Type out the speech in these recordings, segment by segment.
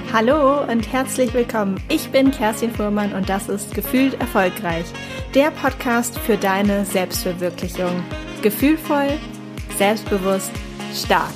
Hallo und herzlich willkommen. Ich bin Kerstin Fuhrmann und das ist Gefühlt Erfolgreich, der Podcast für deine Selbstverwirklichung. Gefühlvoll, selbstbewusst, stark.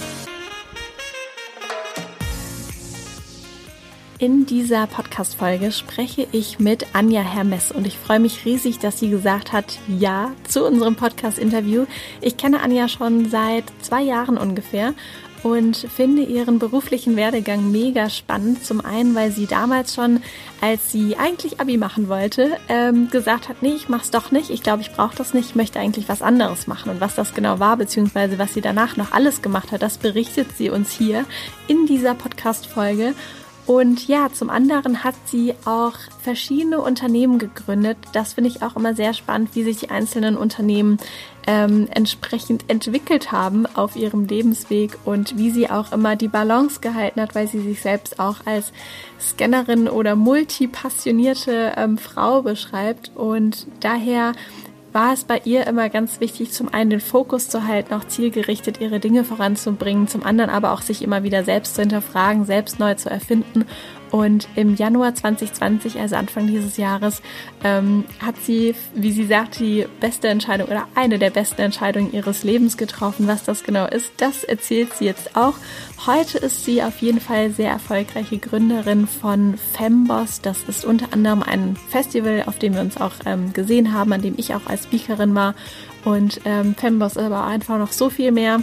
In dieser Podcast-Folge spreche ich mit Anja Hermes und ich freue mich riesig, dass sie gesagt hat, ja, zu unserem Podcast-Interview. Ich kenne Anja schon seit 2 Jahren ungefähr und finde ihren beruflichen Werdegang mega spannend. Zum einen, weil sie damals schon, als sie eigentlich Abi machen wollte, gesagt hat, nee, ich mach's doch nicht. Ich glaube, ich brauche das nicht. Ich möchte eigentlich was anderes machen. Und was das genau war, beziehungsweise was sie danach noch alles gemacht hat, das berichtet sie uns hier in dieser Podcast-Folge. Und ja, zum anderen hat sie auch verschiedene Unternehmen gegründet. Das finde ich auch immer sehr spannend, wie sich die einzelnen Unternehmen entsprechend entwickelt haben auf ihrem Lebensweg und wie sie auch immer die Balance gehalten hat, weil sie sich selbst auch als Scannerin oder multipassionierte Frau beschreibt. Und daher war es bei ihr immer ganz wichtig, zum einen den Fokus zu halten, auch zielgerichtet ihre Dinge voranzubringen, zum anderen aber auch sich immer wieder selbst zu hinterfragen, selbst neu zu erfinden. Und im Januar 2020, also Anfang dieses Jahres, hat sie, wie sie sagt, die beste Entscheidung oder eine der besten Entscheidungen ihres Lebens getroffen. Was das genau ist, das erzählt sie jetzt auch. Heute ist sie auf jeden Fall sehr erfolgreiche Gründerin von Femboss. Das ist unter anderem ein Festival, auf dem wir uns auch gesehen haben, an dem ich auch als Speakerin war. Und Femboss ist aber einfach noch so viel mehr.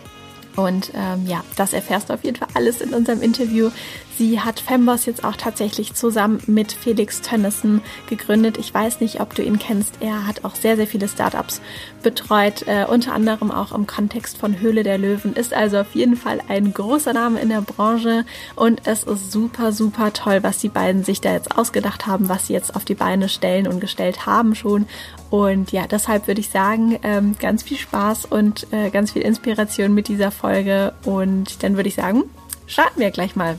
Und ja, das erfährst du auf jeden Fall alles in unserem Interview. Sie hat Femboss jetzt auch tatsächlich zusammen mit Felix Tönnissen gegründet. Ich weiß nicht, ob du ihn kennst. Er hat auch sehr, sehr viele Startups betreut, unter anderem auch im Kontext von Höhle der Löwen. Ist also auf jeden Fall ein großer Name in der Branche und es ist super, super toll, was die beiden sich da jetzt ausgedacht haben, was sie jetzt auf die Beine stellen und gestellt haben schon. Und ja, deshalb würde ich sagen, ganz viel Spaß und ganz viel Inspiration mit dieser Folge. Und dann würde ich sagen, starten wir gleich mal.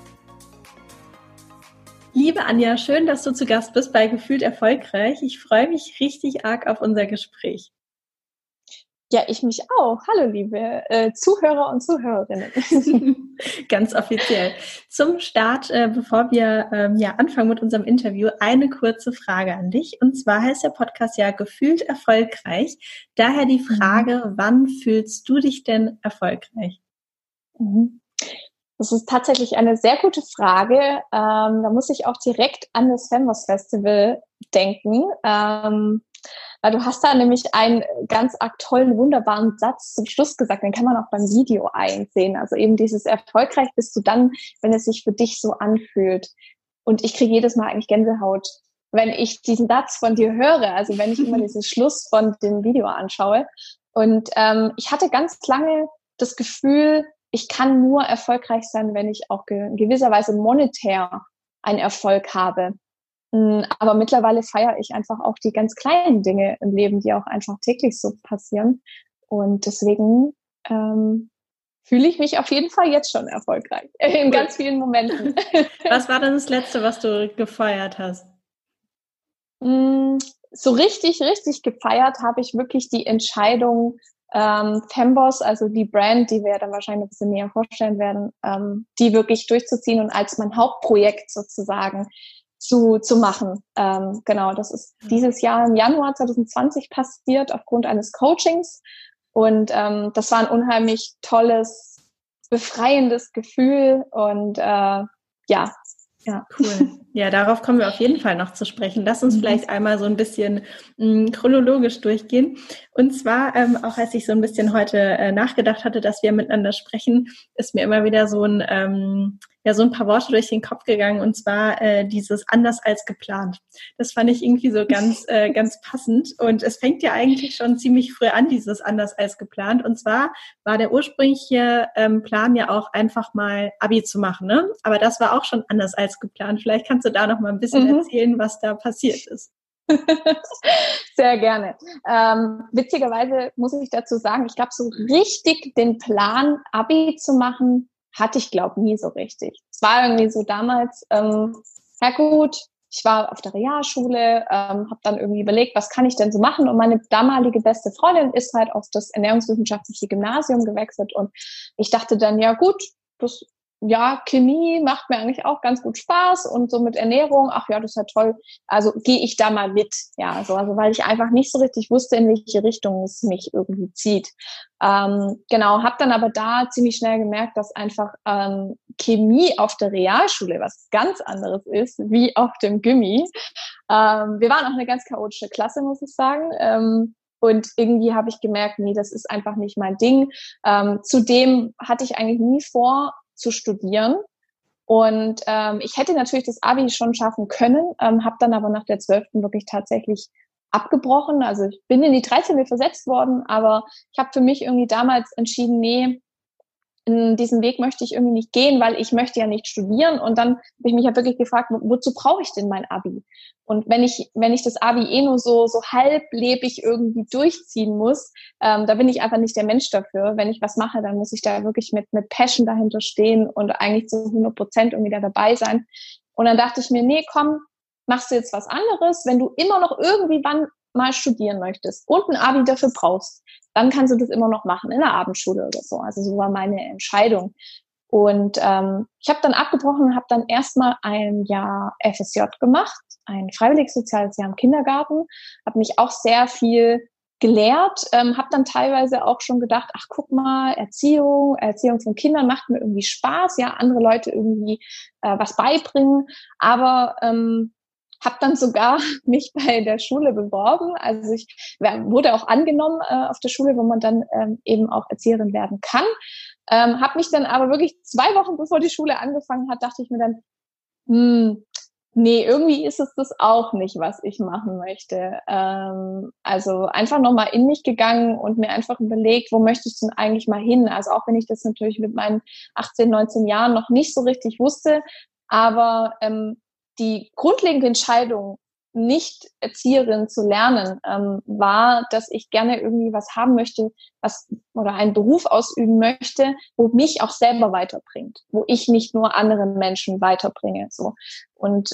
Liebe Anja, schön, dass du zu Gast bist bei Gefühlt Erfolgreich. Ich freue mich richtig arg auf unser Gespräch. Ja, ich mich auch. Hallo, liebe Zuhörer und Zuhörerinnen. Ganz offiziell. Zum Start, bevor wir anfangen mit unserem Interview, eine kurze Frage an dich. Und zwar heißt der Podcast ja Gefühlt Erfolgreich. Daher die Frage, wann fühlst du dich denn erfolgreich? Das ist tatsächlich eine sehr gute Frage. Da muss ich auch direkt an das Femboss Festival denken. Weil du hast da nämlich einen ganz tollen, wunderbaren Satz zum Schluss gesagt, den kann man auch beim Video einsehen. Also eben dieses erfolgreich bist du dann, wenn es sich für dich so anfühlt. Und ich kriege jedes Mal eigentlich Gänsehaut, wenn ich diesen Satz von dir höre, also wenn ich immer diesen Schluss von dem Video anschaue. Und ich hatte ganz lange das Gefühl, ich kann nur erfolgreich sein, wenn ich auch in gewisser Weise monetär einen Erfolg habe. Aber mittlerweile feiere ich einfach auch die ganz kleinen Dinge im Leben, die auch einfach täglich so passieren. Und deswegen fühle ich mich auf jeden Fall jetzt schon erfolgreich. In ganz vielen Momenten. Was war denn das Letzte, was du gefeiert hast? So richtig gefeiert habe ich wirklich die Entscheidung, Femboss, also die Brand, die wir dann wahrscheinlich ein bisschen näher vorstellen werden, die wirklich durchzuziehen und als mein Hauptprojekt sozusagen zu machen. Genau, das ist dieses Jahr im Januar 2020 passiert aufgrund eines Coachings und das war ein unheimlich tolles, befreiendes Gefühl und ja. Cool. Ja, darauf kommen wir auf jeden Fall noch zu sprechen. Lass uns vielleicht einmal so ein bisschen chronologisch durchgehen. Und zwar, auch als ich so ein bisschen heute nachgedacht hatte, dass wir miteinander sprechen, ist mir immer wieder so ein paar Worte durch den Kopf gegangen, und zwar dieses anders als geplant. Das fand ich irgendwie so ganz passend. Und es fängt ja eigentlich schon ziemlich früh an, dieses anders als geplant. Und zwar war der ursprüngliche Plan ja auch einfach mal Abi zu machen, ne? Aber das war auch schon anders als geplant. Vielleicht kannst du da noch mal ein bisschen erzählen, was da passiert ist. Sehr gerne. Witzigerweise muss ich dazu sagen, ich glaube, so richtig den Plan, Abi zu machen, hatte ich, glaube nie so richtig. Es war irgendwie so damals, ja gut, ich war auf der Realschule, habe dann irgendwie überlegt, was kann ich denn so machen? Und meine damalige beste Freundin ist halt auf das ernährungswissenschaftliche Gymnasium gewechselt und ich dachte dann, ja gut, das ja, Chemie macht mir eigentlich auch ganz gut Spaß und so mit Ernährung, ach ja, das ist ja toll. Also gehe ich da mal mit, ja, so, also weil ich einfach nicht so richtig wusste, in welche Richtung es mich irgendwie zieht. Genau, habe dann aber da ziemlich schnell gemerkt, dass einfach Chemie auf der Realschule was ganz anderes ist, wie auf dem Gymi. Wir waren auch eine ganz chaotische Klasse, muss ich sagen. Und irgendwie habe ich gemerkt, nee, das ist einfach nicht mein Ding. Zudem hatte ich eigentlich nie vor, zu studieren. Und ich hätte natürlich das Abi schon schaffen können, habe dann aber nach der 12. wirklich tatsächlich abgebrochen. Also ich bin in die 13. versetzt worden, aber ich habe für mich irgendwie damals entschieden, nee, in diesen Weg möchte ich irgendwie nicht gehen, weil ich möchte ja nicht studieren. Und dann habe ich mich ja wirklich gefragt, wozu brauche ich denn mein Abi? Und wenn ich das Abi nur so halblebig irgendwie durchziehen muss, da bin ich einfach nicht der Mensch dafür. Wenn ich was mache, dann muss ich da wirklich mit Passion dahinter stehen und eigentlich zu 100% irgendwie da dabei sein. Und dann dachte ich mir, nee, komm, machst du jetzt was anderes, wenn du immer noch irgendwie wann mal studieren möchtest und ein Abi dafür brauchst, dann kannst du das immer noch machen in der Abendschule oder so. Also so war meine Entscheidung. Und ich habe dann abgebrochen und habe dann erstmal ein Jahr FSJ gemacht, ein freiwilliges soziales Jahr im Kindergarten, habe mich auch sehr viel gelehrt, habe dann teilweise auch schon gedacht, ach guck mal, Erziehung von Kindern macht mir irgendwie Spaß, ja, andere Leute irgendwie was beibringen, aber habe dann sogar mich bei der Schule beworben. Also ich wurde auch angenommen auf der Schule, wo man dann eben auch Erzieherin werden kann. Habe mich dann aber wirklich 2 Wochen, bevor die Schule angefangen hat, dachte ich mir dann, nee, irgendwie ist es das auch nicht, was ich machen möchte. Also einfach nochmal in mich gegangen und mir einfach überlegt, wo möchte ich denn eigentlich mal hin? Also auch wenn ich das natürlich mit meinen 18, 19 Jahren noch nicht so richtig wusste, aber die grundlegende Entscheidung, nicht Erzieherin zu lernen, war, dass ich gerne irgendwie was haben möchte, oder einen Beruf ausüben möchte, wo mich auch selber weiterbringt, wo ich nicht nur anderen Menschen weiterbringe, so. Und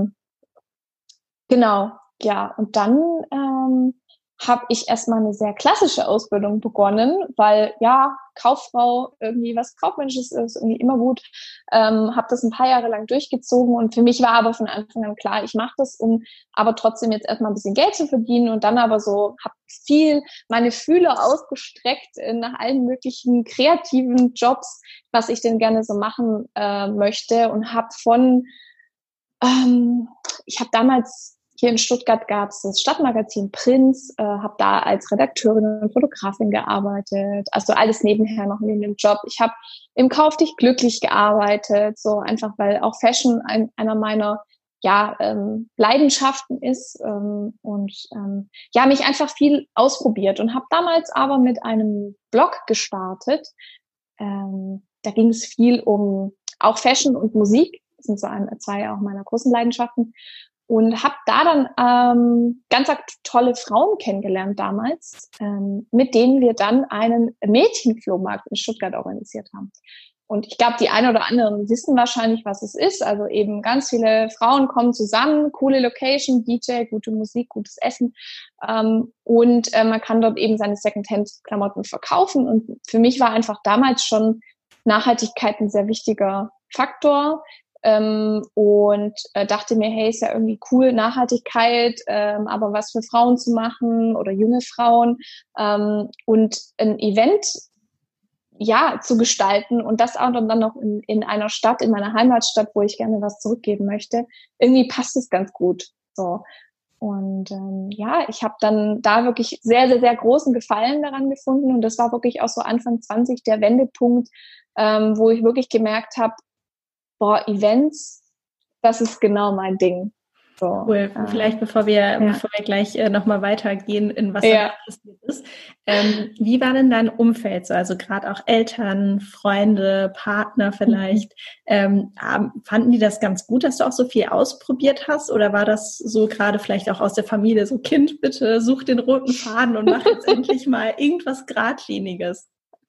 genau, ja, und dann habe ich erstmal eine sehr klassische Ausbildung begonnen, weil ja, Kauffrau, irgendwie was Kaufmännisches ist irgendwie immer gut. Habe das ein paar Jahre lang durchgezogen und für mich war aber von Anfang an klar, ich mache das, um aber trotzdem jetzt erstmal ein bisschen Geld zu verdienen und dann aber so habe viel meine Fühler ausgestreckt nach allen möglichen kreativen Jobs, was ich denn gerne so machen möchte und habe ich habe damals hier in Stuttgart gab es das Stadtmagazin Prinz, habe da als Redakteurin und Fotografin gearbeitet, also alles nebenher noch neben dem Job. Ich habe im Kauf dich glücklich gearbeitet, so einfach, weil auch Fashion einer meiner Leidenschaften ist mich einfach viel ausprobiert und habe damals aber mit einem Blog gestartet. Da ging es viel um auch Fashion und Musik, das sind so zwei auch meiner großen Leidenschaften. Und habe da dann ganz tolle Frauen kennengelernt damals, mit denen wir dann einen Mädchenflohmarkt in Stuttgart organisiert haben. Und ich glaube, die einen oder anderen wissen wahrscheinlich, was es ist. Also eben ganz viele Frauen kommen zusammen, coole Location, DJ, gute Musik, gutes Essen. Und man kann dort eben seine Secondhand-Klamotten verkaufen. Und für mich war einfach damals schon Nachhaltigkeit ein sehr wichtiger Faktor. Und dachte mir, hey, ist ja irgendwie cool, Nachhaltigkeit, aber was für Frauen zu machen oder junge Frauen und ein Event zu gestalten und das auch dann noch in einer Stadt, in meiner Heimatstadt, wo ich gerne was zurückgeben möchte. Irgendwie passt es ganz gut. So. Und ich habe dann da wirklich sehr, sehr, sehr großen Gefallen daran gefunden und das war wirklich auch so Anfang 20 der Wendepunkt, wo ich wirklich gemerkt habe, Events, das ist genau mein Ding. So, cool. Vielleicht bevor wir gleich nochmal weitergehen, in was da passiert ist. Wie war denn dein Umfeld so? Also gerade auch Eltern, Freunde, Partner vielleicht. Fanden die das ganz gut, dass du auch so viel ausprobiert hast? Oder war das so gerade vielleicht auch aus der Familie so, Kind, bitte such den roten Faden und mach jetzt endlich mal irgendwas Geradliniges?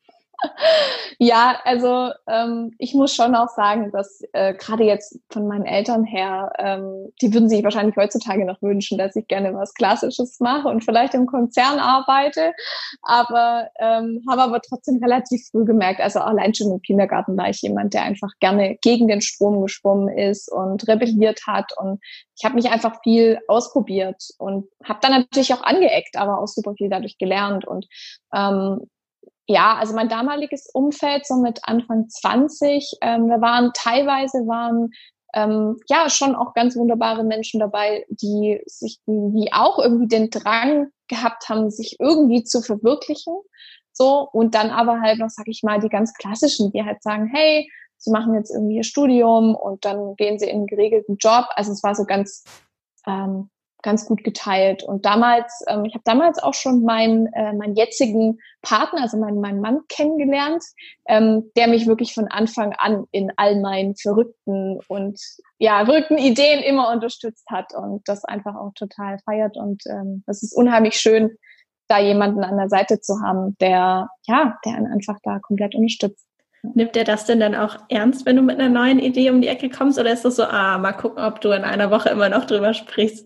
Ja, also ich muss schon auch sagen, dass gerade jetzt von meinen Eltern her, die würden sich wahrscheinlich heutzutage noch wünschen, dass ich gerne was Klassisches mache und vielleicht im Konzern arbeite, aber habe aber trotzdem relativ früh gemerkt, also allein schon im Kindergarten war ich jemand, der einfach gerne gegen den Strom geschwommen ist und rebelliert hat, und ich habe mich einfach viel ausprobiert und habe dann natürlich auch angeeckt, aber auch super viel dadurch gelernt. Und ja, also mein damaliges Umfeld, so mit Anfang 20, da waren ja schon auch ganz wunderbare Menschen dabei, die auch irgendwie den Drang gehabt haben, sich irgendwie zu verwirklichen. So, und dann aber halt noch, sag ich mal, die ganz klassischen, die halt sagen, hey, sie machen jetzt irgendwie ihr Studium und dann gehen sie in einen geregelten Job. Also es war so ganz gut geteilt. Und damals, ich habe damals auch schon meinen jetzigen Partner, also meinen Mann kennengelernt, der mich wirklich von Anfang an in all meinen verrückten Ideen immer unterstützt hat und das einfach auch total feiert. Und das ist unheimlich schön, da jemanden an der Seite zu haben, der einen einfach da komplett unterstützt. Nimmt der das denn dann auch ernst, wenn du mit einer neuen Idee um die Ecke kommst? Oder ist das so, mal gucken, ob du in einer Woche immer noch drüber sprichst?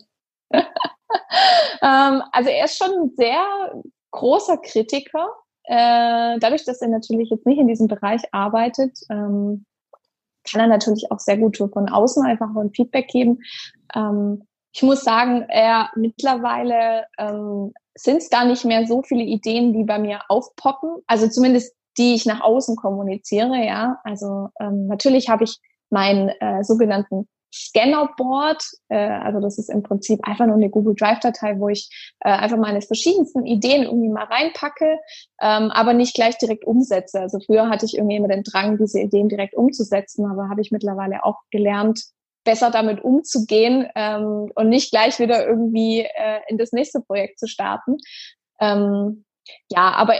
Also er ist schon ein sehr großer Kritiker. Dadurch, dass er natürlich jetzt nicht in diesem Bereich arbeitet, kann er natürlich auch sehr gut von außen einfach ein Feedback geben. Ich muss sagen, mittlerweile sind es gar nicht mehr so viele Ideen, die bei mir aufpoppen. Also zumindest die ich nach außen kommuniziere. Ja, also natürlich habe ich meinen sogenannten Scannerboard, also das ist im Prinzip einfach nur eine Google Drive-Datei, wo ich einfach meine verschiedensten Ideen irgendwie mal reinpacke, aber nicht gleich direkt umsetze. Also früher hatte ich irgendwie immer den Drang, diese Ideen direkt umzusetzen, aber habe ich mittlerweile auch gelernt, besser damit umzugehen und nicht gleich wieder irgendwie in das nächste Projekt zu starten. Ja, aber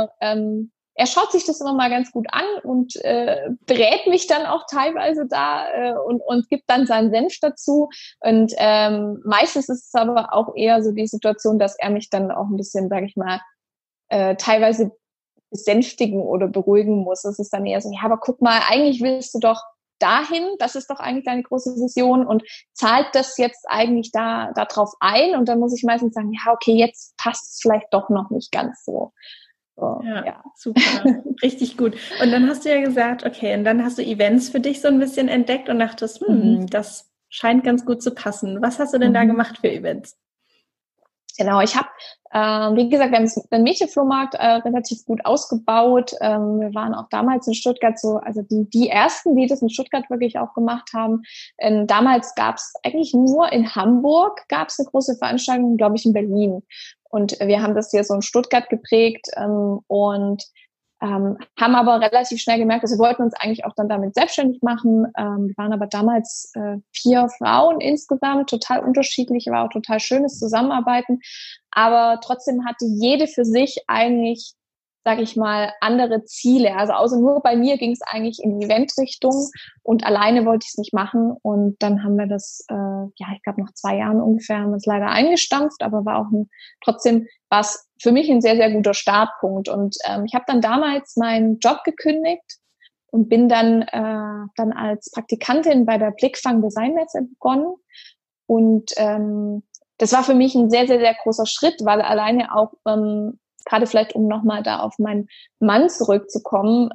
er schaut sich das immer mal ganz gut an und berät mich dann auch teilweise da und gibt dann seinen Senf dazu. Und meistens ist es aber auch eher so die Situation, dass er mich dann auch ein bisschen, sage ich mal, teilweise besänftigen oder beruhigen muss. Das ist dann eher so, ja, aber guck mal, eigentlich willst du doch dahin, das ist doch eigentlich deine große Vision, und zahlt das jetzt eigentlich da drauf ein? Und dann muss ich meistens sagen, ja, okay, jetzt passt es vielleicht doch noch nicht ganz so. So, ja, super, richtig gut. Und dann hast du ja gesagt, okay, und dann hast du Events für dich so ein bisschen entdeckt und dachtest, das scheint ganz gut zu passen. Was hast du denn da gemacht für Events? Genau, ich habe, wie gesagt, wir haben den Mädchenflohmarkt relativ gut ausgebaut. Wir waren auch damals in Stuttgart also die ersten, die das in Stuttgart wirklich auch gemacht haben. Damals gab es eigentlich nur in Hamburg, gab es eine große Veranstaltung, glaube ich, in Berlin. Und wir haben das hier so in Stuttgart geprägt und haben aber relativ schnell gemerkt, dass wir wollten uns eigentlich auch dann damit selbstständig machen. Wir waren aber damals 4 Frauen insgesamt, total unterschiedlich, war auch total schönes Zusammenarbeiten. Aber trotzdem hatte jede für sich eigentlich, sage ich mal, andere Ziele. Also außer nur bei mir ging es eigentlich in die Eventrichtung und alleine wollte ich es nicht machen. Und dann haben wir das, ich glaube nach 2 Jahren ungefähr, haben wir es leider eingestampft, aber trotzdem war es für mich ein sehr, sehr guter Startpunkt. Und ich habe dann damals meinen Job gekündigt und bin dann als Praktikantin bei der Blickfang Designmesse begonnen. Und das war für mich ein sehr, sehr, sehr großer Schritt, weil alleine auch gerade vielleicht, um nochmal da auf meinen Mann zurückzukommen,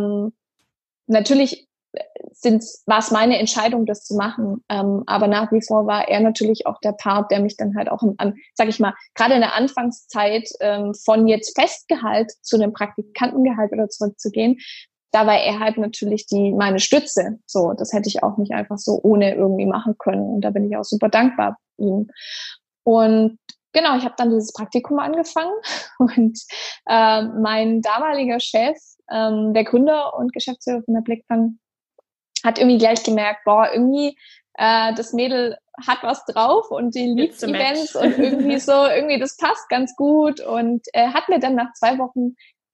natürlich war es meine Entscheidung, das zu machen, aber nach wie vor war er natürlich auch der Part, der mich dann halt auch sag ich mal, gerade in der Anfangszeit von jetzt Festgehalt zu einem Praktikantengehalt oder zurückzugehen, da war er halt natürlich meine Stütze. So, das hätte ich auch nicht einfach so ohne irgendwie machen können, und da bin ich auch super dankbar ihm. Und genau, ich habe dann dieses Praktikum angefangen und mein damaliger Chef, der Gründer und Geschäftsführer von der Blickfang, hat irgendwie gleich gemerkt, irgendwie das Mädel hat was drauf und die liebt Events und irgendwie das passt ganz gut, und hat mir dann nach 2 Wochen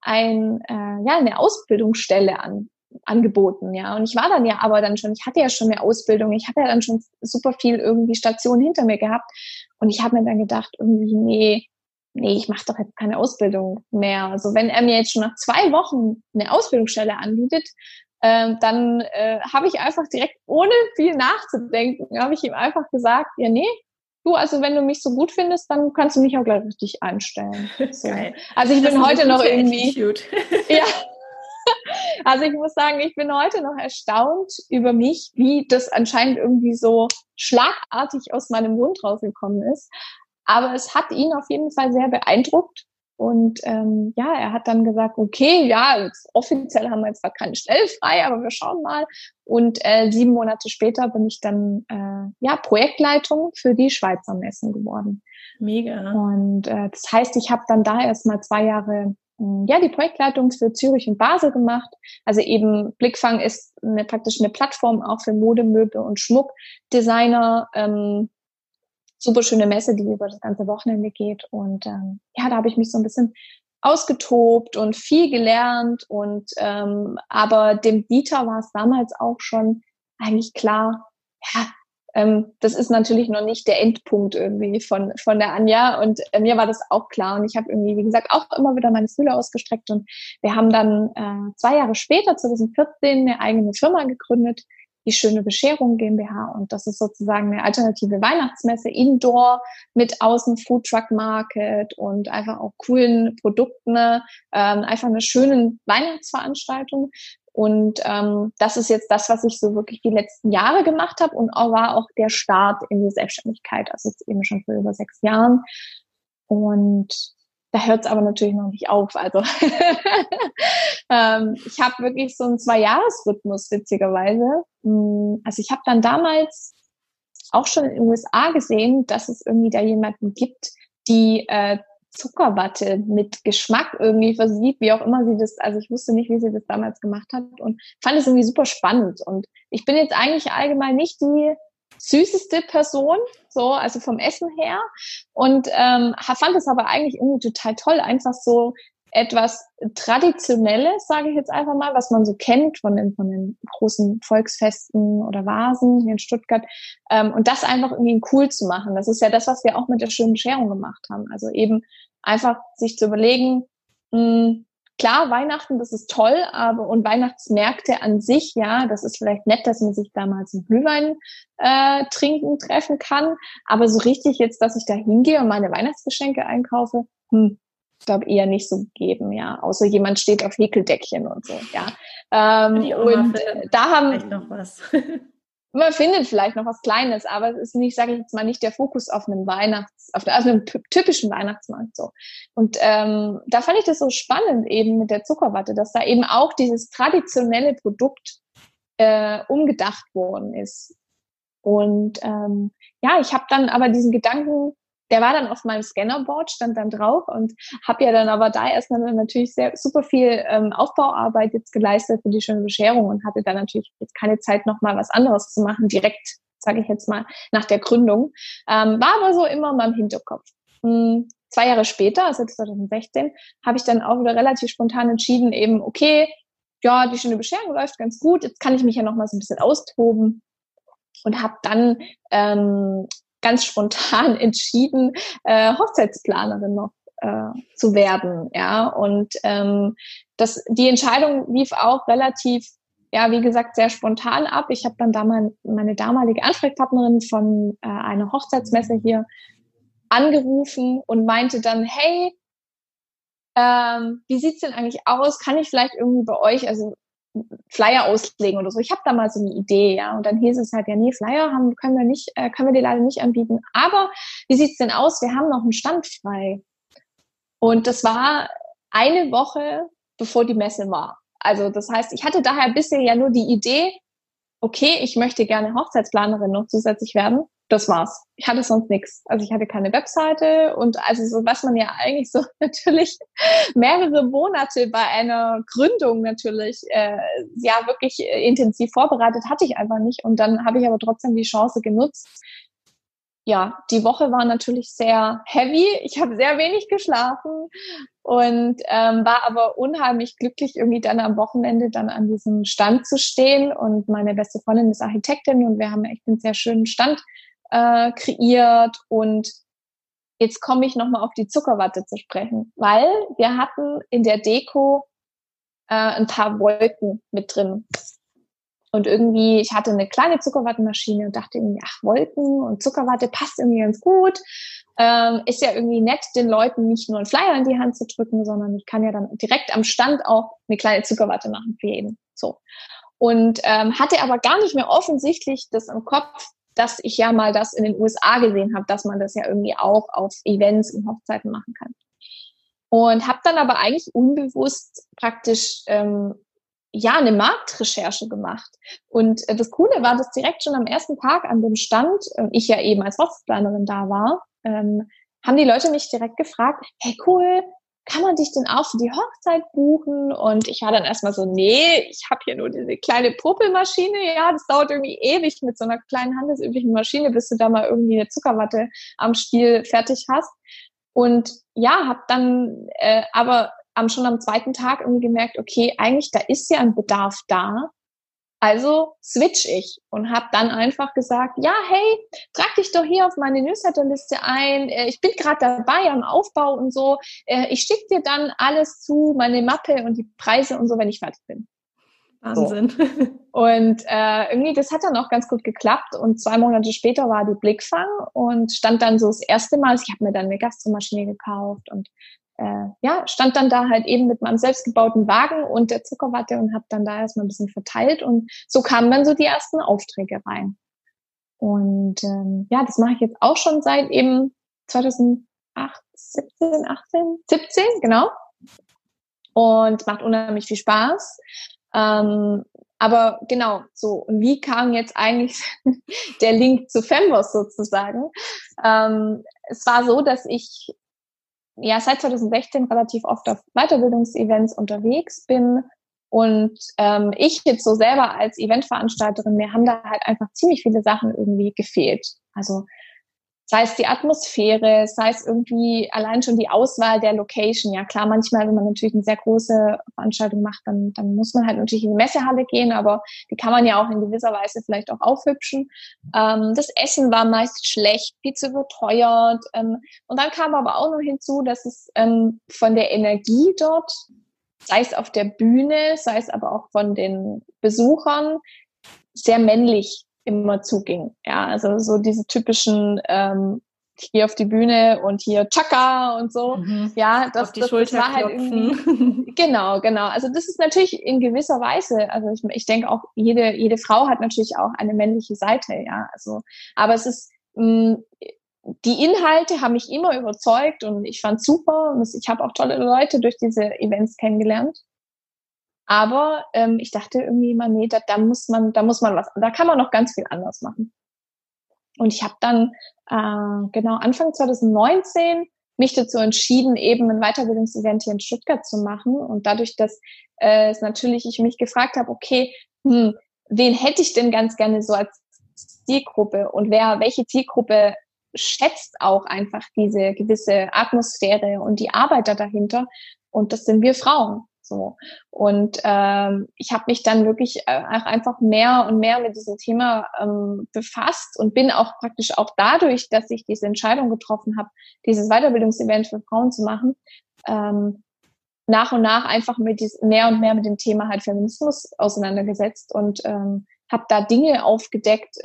eine Ausbildungsstelle angeboten, ja. Und ich war dann ich hatte ja schon eine Ausbildung, ich hatte ja dann schon super viel irgendwie Stationen hinter mir gehabt, und ich habe mir dann gedacht, irgendwie, nee, nee, ich mache doch jetzt keine Ausbildung mehr. Also wenn er mir jetzt schon nach 2 Wochen eine Ausbildungsstelle anbietet, dann habe ich einfach direkt, ohne viel nachzudenken, habe ich ihm einfach gesagt, ja, nee, du, also wenn du mich so gut findest, dann kannst du mich auch gleich richtig einstellen. So. Geil. Also ich bin heute noch irgendwie, ja, also ich muss sagen, ich bin heute noch erstaunt über mich, wie das anscheinend irgendwie so schlagartig aus meinem Mund rausgekommen ist. Aber es hat ihn auf jeden Fall sehr beeindruckt. Und ja, er hat dann gesagt, okay, ja, jetzt, offiziell haben wir jetzt zwar keine Stelle frei, aber wir schauen mal. Und 7 Monate später bin ich dann ja Projektleitung für die Schweizer Messen geworden. Mega. Und das heißt, ich habe dann da erstmal 2 Jahre ja die Projektleitung für Zürich und Basel gemacht. Also eben Blickfang ist praktisch eine Plattform auch für Modemöbel und Schmuckdesigner. Super schöne Messe, die über das ganze Wochenende geht. Und ja, da habe ich mich so ein bisschen ausgetobt und viel gelernt. Und aber dem Dieter war es damals auch schon eigentlich klar, ja, das ist natürlich noch nicht der Endpunkt irgendwie von der Anja. Und mir war das auch klar. Und ich habe irgendwie, wie gesagt, auch immer wieder meine Fühler ausgestreckt. Und wir haben dann 2 Jahre später, 2014, eine eigene Firma gegründet, die Schöne Bescherung GmbH. Und das ist sozusagen eine alternative Weihnachtsmesse, Indoor, mit außen Foodtruck Market und einfach auch coolen Produkten, einfach eine schöne Weihnachtsveranstaltung. Und das ist jetzt das, was ich so wirklich die letzten Jahre gemacht habe und war auch der Start in die Selbstständigkeit, also jetzt eben schon vor über 6 Jahren. Und da hört es aber natürlich noch nicht auf. Also ich habe wirklich so einen 2-Jahres-Rhythmus, witzigerweise. Also ich habe dann damals auch schon in den USA gesehen, dass es irgendwie da jemanden gibt, die Zuckerwatte mit Geschmack irgendwie versieht, wie auch immer sie das, also ich wusste nicht, wie sie das damals gemacht hat und fand es irgendwie super spannend. Und ich bin jetzt eigentlich allgemein nicht die süßeste Person, so, also vom Essen her, und fand es aber eigentlich irgendwie total toll, einfach so etwas Traditionelles, sage ich jetzt einfach mal, was man so kennt von den großen Volksfesten oder Vasen hier in Stuttgart, und das einfach irgendwie cool zu machen. Das ist ja das, was wir auch mit der Schönen Bescherung gemacht haben. Also eben einfach sich zu überlegen, klar, Weihnachten, das ist toll, aber und Weihnachtsmärkte an sich, ja, das ist vielleicht nett, dass man sich damals einen Glühwein trinken treffen kann, aber so richtig jetzt, dass ich da hingehe und meine Weihnachtsgeschenke einkaufe, ich glaube eher nicht so gegeben, ja, außer jemand steht auf Häkeldeckchen und so, ja. Und da haben noch was. Man findet vielleicht noch was Kleines, aber es ist nicht, sage ich jetzt mal, nicht der Fokus auf einem auf einem typischen Weihnachtsmarkt so. Und da fand ich das so spannend eben mit der Zuckerwatte, dass da eben auch dieses traditionelle Produkt umgedacht worden ist. Und ja, ich habe dann aber diesen Gedanken, der war dann auf meinem Scannerboard, stand dann drauf und habe ja dann aber da erstmal natürlich super viel Aufbauarbeit jetzt geleistet für die Schöne Bescherung und hatte dann natürlich jetzt keine Zeit, noch mal was anderes zu machen, direkt, sage ich jetzt mal, nach der Gründung. War aber so immer in meinem Hinterkopf. 2 Jahre später, also 2016, habe ich dann auch wieder relativ spontan entschieden, eben, okay, ja, die Schöne Bescherung läuft ganz gut, jetzt kann ich mich ja noch mal so ein bisschen austoben und habe dann ganz spontan entschieden, Hochzeitsplanerin noch zu werden, ja, und die Entscheidung lief auch relativ, ja, wie gesagt, sehr spontan ab. Ich habe dann meine damalige Ansprechpartnerin von einer Hochzeitsmesse hier angerufen und meinte dann, hey, wie sieht's denn eigentlich aus? Kann ich vielleicht irgendwie bei euch, also Flyer auslegen oder so. Ich habe da mal so eine Idee, ja. Und dann hieß es halt, ja, nee, Flyer können wir dir leider nicht anbieten. Aber wie sieht's denn aus? Wir haben noch einen Stand frei. Und das war eine Woche, bevor die Messe war. Also das heißt, ich hatte daher bisher ja nur die Idee, okay, ich möchte gerne Hochzeitsplanerin noch zusätzlich werden. Das war's. Ich hatte sonst nichts. Also ich hatte keine Webseite und also so, was man ja eigentlich so natürlich mehrere Monate bei einer Gründung natürlich ja wirklich intensiv vorbereitet, hatte ich einfach nicht. Und dann habe ich aber trotzdem die Chance genutzt. Ja, die Woche war natürlich sehr heavy. Ich habe sehr wenig geschlafen und war aber unheimlich glücklich, irgendwie dann am Wochenende dann an diesem Stand zu stehen. Und meine beste Freundin ist Architektin und wir haben echt einen sehr schönen Stand kreiert und jetzt komme ich nochmal auf die Zuckerwatte zu sprechen, weil wir hatten in der Deko ein paar Wolken mit drin. Und irgendwie, ich hatte eine kleine Zuckerwattenmaschine und dachte irgendwie, ach, Wolken und Zuckerwatte passt irgendwie ganz gut. Ist ja irgendwie nett, den Leuten nicht nur einen Flyer in die Hand zu drücken, sondern ich kann ja dann direkt am Stand auch eine kleine Zuckerwatte machen für jeden. So. Und hatte aber gar nicht mehr offensichtlich das im Kopf, dass ich ja mal das in den USA gesehen habe, dass man das ja irgendwie auch auf Events und Hochzeiten machen kann. Und habe dann aber eigentlich unbewusst praktisch eine Marktrecherche gemacht. Und das Coole war, dass direkt schon am ersten Tag an dem Stand, ich ja eben als Hochzeitsplanerin da war, haben die Leute mich direkt gefragt, hey cool, kann man dich denn auch für die Hochzeit buchen? Und ich war dann erstmal so, nee, ich habe hier nur diese kleine Popelmaschine, ja, das dauert irgendwie ewig mit so einer kleinen handelsüblichen Maschine, bis du da mal irgendwie eine Zuckerwatte am Stiel fertig hast. Und ja, habe dann aber schon am zweiten Tag irgendwie gemerkt, okay, eigentlich da ist ja ein Bedarf da. Also switch ich und habe dann einfach gesagt, ja, hey, trag dich doch hier auf meine Newsletterliste ein. Ich bin gerade dabei am Aufbau und so. Ich schicke dir dann alles zu, meine Mappe und die Preise und so, wenn ich fertig bin. Wahnsinn. So. Und irgendwie, das hat dann auch ganz gut geklappt. Und 2 Monate später war die Blickfang und stand dann so das erste Mal, ich habe mir dann eine Gastromaschine gekauft und stand dann da halt eben mit meinem selbstgebauten Wagen und der Zuckerwatte und habe dann da erstmal ein bisschen verteilt und so kamen dann so die ersten Aufträge rein. Und das mache ich jetzt auch schon seit eben 2017, genau. Und macht unheimlich viel Spaß. Aber genau, so. Und wie kam jetzt eigentlich der Link zu Femboss sozusagen? Es war so, dass ich seit 2016 relativ oft auf Weiterbildungsevents unterwegs bin und ich jetzt so selber als Eventveranstalterin, mir haben da halt einfach ziemlich viele Sachen irgendwie gefehlt. Also sei es die Atmosphäre, sei es irgendwie allein schon die Auswahl der Location. Ja klar, manchmal, wenn man natürlich eine sehr große Veranstaltung macht, dann muss man halt natürlich in die Messehalle gehen, aber die kann man ja auch in gewisser Weise vielleicht auch aufhübschen. Das Essen war meist schlecht, viel zu überteuert. Und dann kam aber auch noch hinzu, dass es von der Energie dort, sei es auf der Bühne, sei es aber auch von den Besuchern, sehr männlich immer zuging. Ja, also so diese typischen hier auf die Bühne und hier Chaka und so. Mhm. Ja, das war halt irgendwie genau. Also das ist natürlich in gewisser Weise, also ich denke auch jede Frau hat natürlich auch eine männliche Seite, ja, also aber es ist die Inhalte haben mich immer überzeugt und ich fand super und ich habe auch tolle Leute durch diese Events kennengelernt. Aber ich dachte irgendwie immer, nee, da muss man was, da kann man noch ganz viel anders machen. Und ich habe dann Anfang 2019 mich dazu entschieden, eben ein Weiterbildungsevent hier in Stuttgart zu machen. Und dadurch, dass ich mich gefragt habe, okay, wen hätte ich denn ganz gerne so als Zielgruppe und welche Zielgruppe schätzt auch einfach diese gewisse Atmosphäre und die Arbeit da dahinter. Und das sind wir Frauen. So. Und ich habe mich dann wirklich auch einfach mehr und mehr mit diesem Thema befasst und bin auch praktisch auch dadurch, dass ich diese Entscheidung getroffen habe, dieses Weiterbildungsevent für Frauen zu machen, nach und nach einfach mehr und mehr mit dem Thema halt Feminismus auseinandergesetzt und habe da Dinge aufgedeckt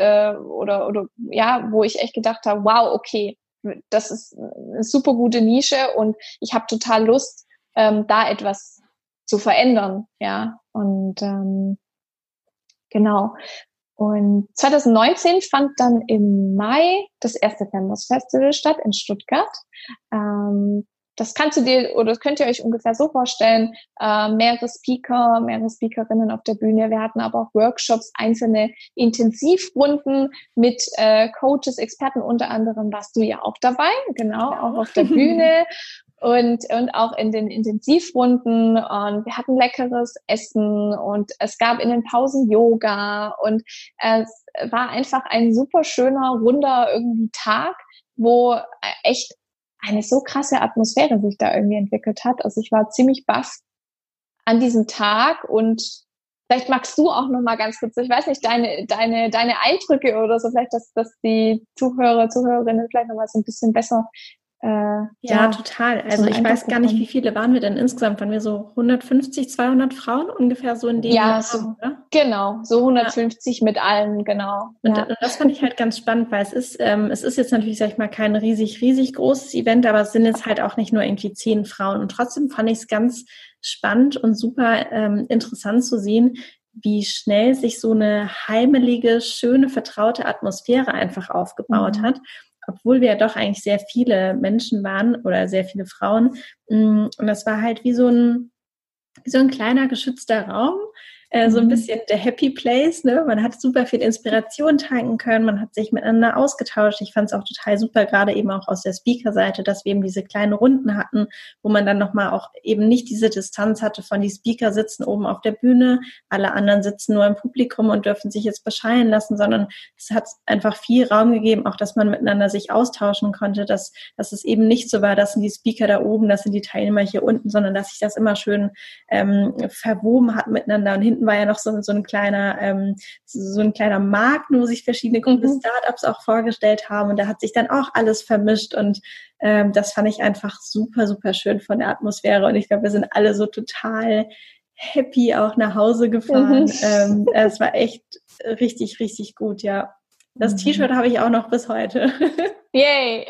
wo ich echt gedacht habe, wow, okay, das ist eine super gute Nische und ich habe total Lust, da etwas zu verändern, ja, und genau. Und 2019 fand dann im Mai das erste Femboss Festival statt in Stuttgart. Das könnt ihr euch ungefähr so vorstellen, mehrere Speakerinnen auf der Bühne. Wir hatten aber auch Workshops, einzelne Intensivrunden mit Coaches, Experten, unter anderem warst du ja auch dabei, genau, auch auf der Bühne. Und auch in den Intensivrunden und wir hatten leckeres Essen und es gab in den Pausen Yoga und es war einfach ein super schöner, runder irgendwie Tag, wo echt eine so krasse Atmosphäre sich da irgendwie entwickelt hat. Also ich war ziemlich baff an diesem Tag und vielleicht magst du auch noch mal ganz kurz, ich weiß nicht, deine Eindrücke oder so, vielleicht, dass die Zuhörerinnen vielleicht noch mal so ein bisschen besser Ja, total. Also ich weiß gar nicht, wie viele waren wir denn insgesamt? Waren wir so 150, 200 Frauen ungefähr so in dem Jahr, oder? Genau, so 150 mit allen, genau. Und das fand ich halt ganz spannend, weil es ist jetzt natürlich, sag ich mal, kein riesig großes Event, aber es sind jetzt halt auch nicht nur irgendwie 10 Frauen. Und trotzdem fand ich es ganz spannend und super interessant zu sehen, wie schnell sich so eine heimelige, schöne, vertraute Atmosphäre einfach aufgebaut hat. Obwohl wir ja doch eigentlich sehr viele Menschen waren oder sehr viele Frauen. Und das war halt wie so ein kleiner geschützter Raum, so ein bisschen der Happy Place, ne? Man hat super viel Inspiration tanken können, man hat sich miteinander ausgetauscht. Ich fand es auch total super, gerade eben auch aus der Speaker-Seite, dass wir eben diese kleinen Runden hatten, wo man dann nochmal auch eben nicht diese Distanz hatte von die Speaker sitzen oben auf der Bühne, alle anderen sitzen nur im Publikum und dürfen sich jetzt beschallen lassen, sondern es hat einfach viel Raum gegeben, auch dass man miteinander sich austauschen konnte, dass es eben nicht so war, das sind die Speaker da oben, das sind die Teilnehmer hier unten, sondern dass sich das immer schön verwoben hat miteinander. Und hinten war ja noch so ein kleiner Markt, wo sich verschiedene coole Startups auch vorgestellt haben. Und da hat sich dann auch alles vermischt. Und das fand ich einfach super, super schön von der Atmosphäre. Und ich glaube, wir sind alle so total happy auch nach Hause gefahren. Es war echt richtig, richtig gut, ja. Das T-Shirt habe ich auch noch bis heute. Yay!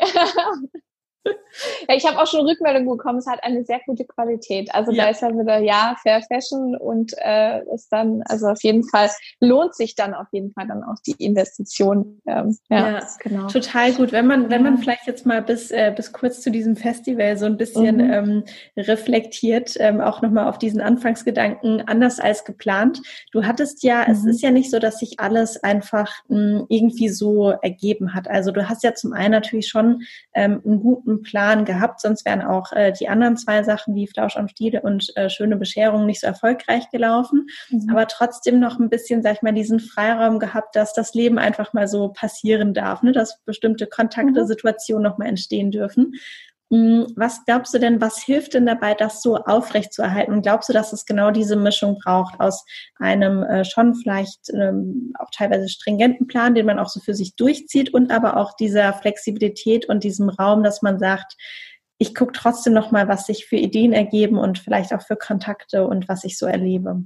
Ja, ich habe auch schon Rückmeldungen bekommen, es hat eine sehr gute Qualität. Also da ist ja wieder, Fair Fashion und ist dann, also auf jeden Fall, lohnt sich dann auf jeden Fall dann auch die Investition. Genau. Total gut. Wenn man vielleicht jetzt mal bis kurz zu diesem Festival so ein bisschen reflektiert, auch nochmal auf diesen Anfangsgedanken, anders als geplant. Du hattest es ist ja nicht so, dass sich alles einfach irgendwie so ergeben hat. Also du hast ja zum einen natürlich schon einen guten Plan gehabt, sonst wären auch die anderen 2 Sachen wie Flausch am Stiel und Schöne Bescherung nicht so erfolgreich gelaufen, aber trotzdem noch ein bisschen, sag ich mal, diesen Freiraum gehabt, dass das Leben einfach mal so passieren darf, ne? Dass bestimmte Kontakte, Situationen noch mal entstehen dürfen. Was glaubst du denn, was hilft denn dabei, das so aufrechtzuerhalten? Und glaubst du, dass es genau diese Mischung braucht aus einem schon vielleicht auch teilweise stringenten Plan, den man auch so für sich durchzieht und aber auch dieser Flexibilität und diesem Raum, dass man sagt, ich gucke trotzdem noch mal, was sich für Ideen ergeben und vielleicht auch für Kontakte und was ich so erlebe?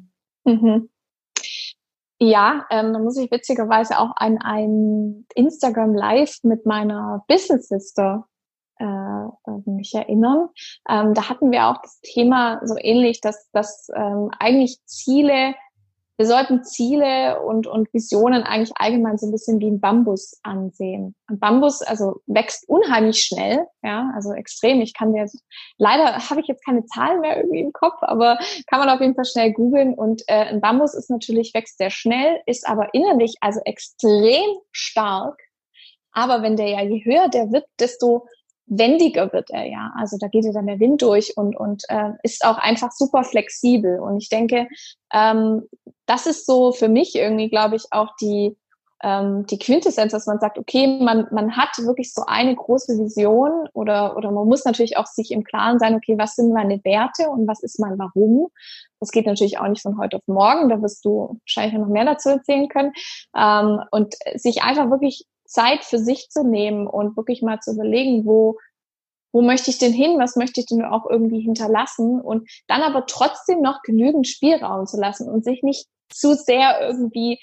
Ja, da muss ich witzigerweise auch an ein Instagram Live mit meiner Business Sister mich erinnern. Da hatten wir auch das Thema so ähnlich, dass eigentlich wir sollten Ziele und Visionen eigentlich allgemein so ein bisschen wie ein Bambus ansehen. Ein Bambus, also wächst unheimlich schnell, ja, also extrem. Leider habe ich jetzt keine Zahlen mehr irgendwie im Kopf, aber kann man auf jeden Fall schnell googeln. Und ein Bambus wächst sehr schnell, ist aber innerlich also extrem stark. Aber wenn je höher der wird, desto wendiger wird er, ja. Also da geht ja dann der Wind durch und ist auch einfach super flexibel. Und ich denke, das ist so für mich irgendwie, glaube ich, auch die Quintessenz, dass man sagt, okay, man hat wirklich so eine große Vision oder man muss natürlich auch sich im Klaren sein, okay, was sind meine Werte und was ist mein Warum? Das geht natürlich auch nicht von heute auf morgen, da wirst du wahrscheinlich noch mehr dazu erzählen können. Und sich einfach wirklich Zeit für sich zu nehmen und wirklich mal zu überlegen, wo möchte ich denn hin, was möchte ich denn auch irgendwie hinterlassen und dann aber trotzdem noch genügend Spielraum zu lassen und sich nicht zu sehr irgendwie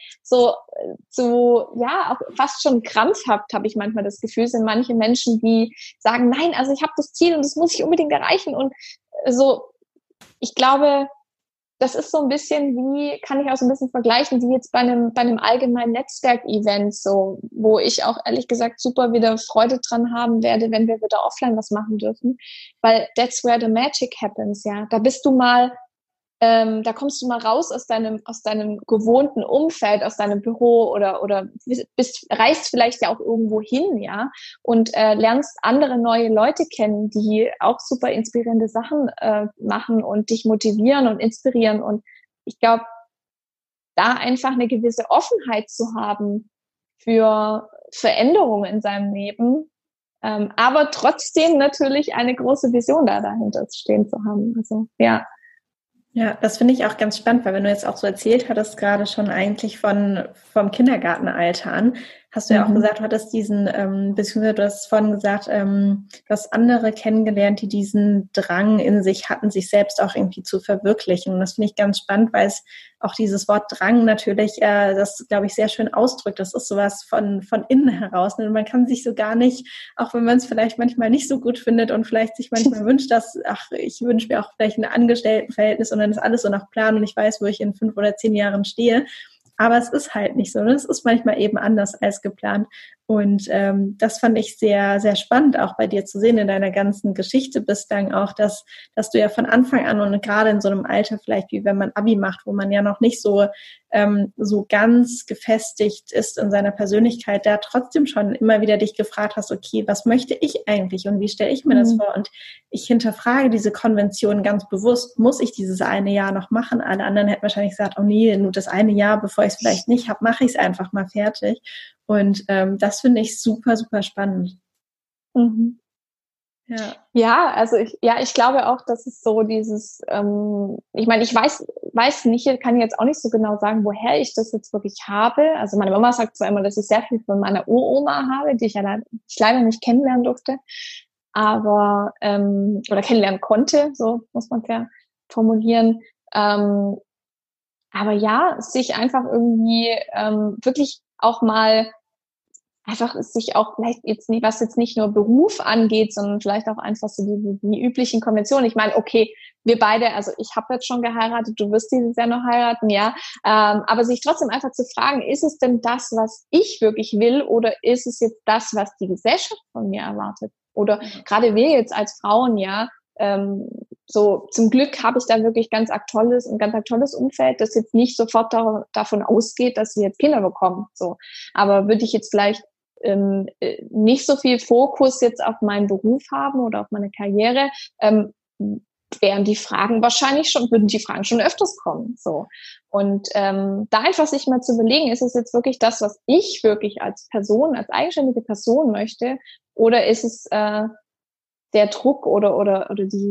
auch fast schon krampfhaft, habe ich manchmal das Gefühl, sind manche Menschen, die sagen, nein, also ich habe das Ziel und das muss ich unbedingt erreichen und so, ich glaube, das ist so ein bisschen kann ich auch so ein bisschen vergleichen, wie jetzt bei einem allgemeinen Netzwerk-Event, so, wo ich auch ehrlich gesagt super wieder Freude dran haben werde, wenn wir wieder offline was machen dürfen, weil that's where the magic happens, ja. Da kommst du mal raus aus deinem gewohnten Umfeld, aus deinem Büro oder reist vielleicht ja auch irgendwo hin, ja, und lernst andere neue Leute kennen, die auch super inspirierende Sachen machen und dich motivieren und inspirieren. Und ich glaube, da einfach eine gewisse Offenheit zu haben für Veränderungen in seinem Leben, aber trotzdem natürlich eine große Vision dahinter stehen zu haben. Also, ja. Ja, das finde ich auch ganz spannend, weil wenn du jetzt auch so erzählt hattest, gerade schon eigentlich vom Kindergartenalter an, hast du ja auch gesagt, du hattest beziehungsweise du hast vorhin gesagt, du hast andere kennengelernt, die diesen Drang in sich hatten, sich selbst auch irgendwie zu verwirklichen. Und das finde ich ganz spannend, weil es auch dieses Wort Drang natürlich, das glaube ich sehr schön ausdrückt. Das ist sowas von innen heraus. Und man kann sich so gar nicht, auch wenn man es vielleicht manchmal nicht so gut findet und vielleicht sich manchmal wünscht, ich wünsche mir auch vielleicht ein Angestelltenverhältnis und dann ist alles so nach Plan und ich weiß, wo ich in 5 oder 10 Jahren stehe. Aber es ist halt nicht so. Ne? Es ist manchmal eben anders als geplant. Und das fand ich sehr, sehr spannend, auch bei dir zu sehen in deiner ganzen Geschichte bislang auch, dass du ja von Anfang an und gerade in so einem Alter vielleicht, wie wenn man Abi macht, wo man ja noch nicht so ganz gefestigt ist in seiner Persönlichkeit, da trotzdem schon immer wieder dich gefragt hast, okay, was möchte ich eigentlich und wie stelle ich mir das vor? Und ich hinterfrage diese Konvention ganz bewusst, muss ich dieses eine Jahr noch machen? Alle anderen hätten wahrscheinlich gesagt, oh nee, nur das eine Jahr, bevor ich es vielleicht nicht habe, mache ich es einfach mal fertig. Und das finde ich super, super spannend. Mhm. Ja, also ich glaube auch, dass es so dieses, ich meine, ich weiß nicht, kann jetzt auch nicht so genau sagen, woher ich das jetzt wirklich habe. Also meine Mama sagt zwar immer, dass ich sehr viel von meiner Uroma habe, die ich leider nicht kennenlernen durfte, aber oder kennenlernen konnte, so muss man es ja formulieren. Aber ja, sich einfach irgendwie wirklich auch mal einfach sich auch vielleicht jetzt nicht, was jetzt nicht nur Beruf angeht, sondern vielleicht auch einfach so die üblichen Konventionen. Ich meine, okay, wir beide, also ich habe jetzt schon geheiratet, du wirst dieses Jahr noch heiraten, ja, aber sich trotzdem einfach zu fragen, ist es denn das, was ich wirklich will oder ist es jetzt das, was die Gesellschaft von mir erwartet? Oder gerade wir jetzt als Frauen, ja, so zum Glück habe ich da wirklich ein ganz tolles Umfeld, das jetzt nicht sofort davon ausgeht, dass wir jetzt Kinder bekommen. So, aber würde ich jetzt vielleicht nicht so viel Fokus jetzt auf meinen Beruf haben oder auf meine Karriere, würden die Fragen schon öfters kommen. So. Und da einfach sich mal zu überlegen, ist es jetzt wirklich das, was ich wirklich als Person, als eigenständige Person möchte, oder ist es der Druck oder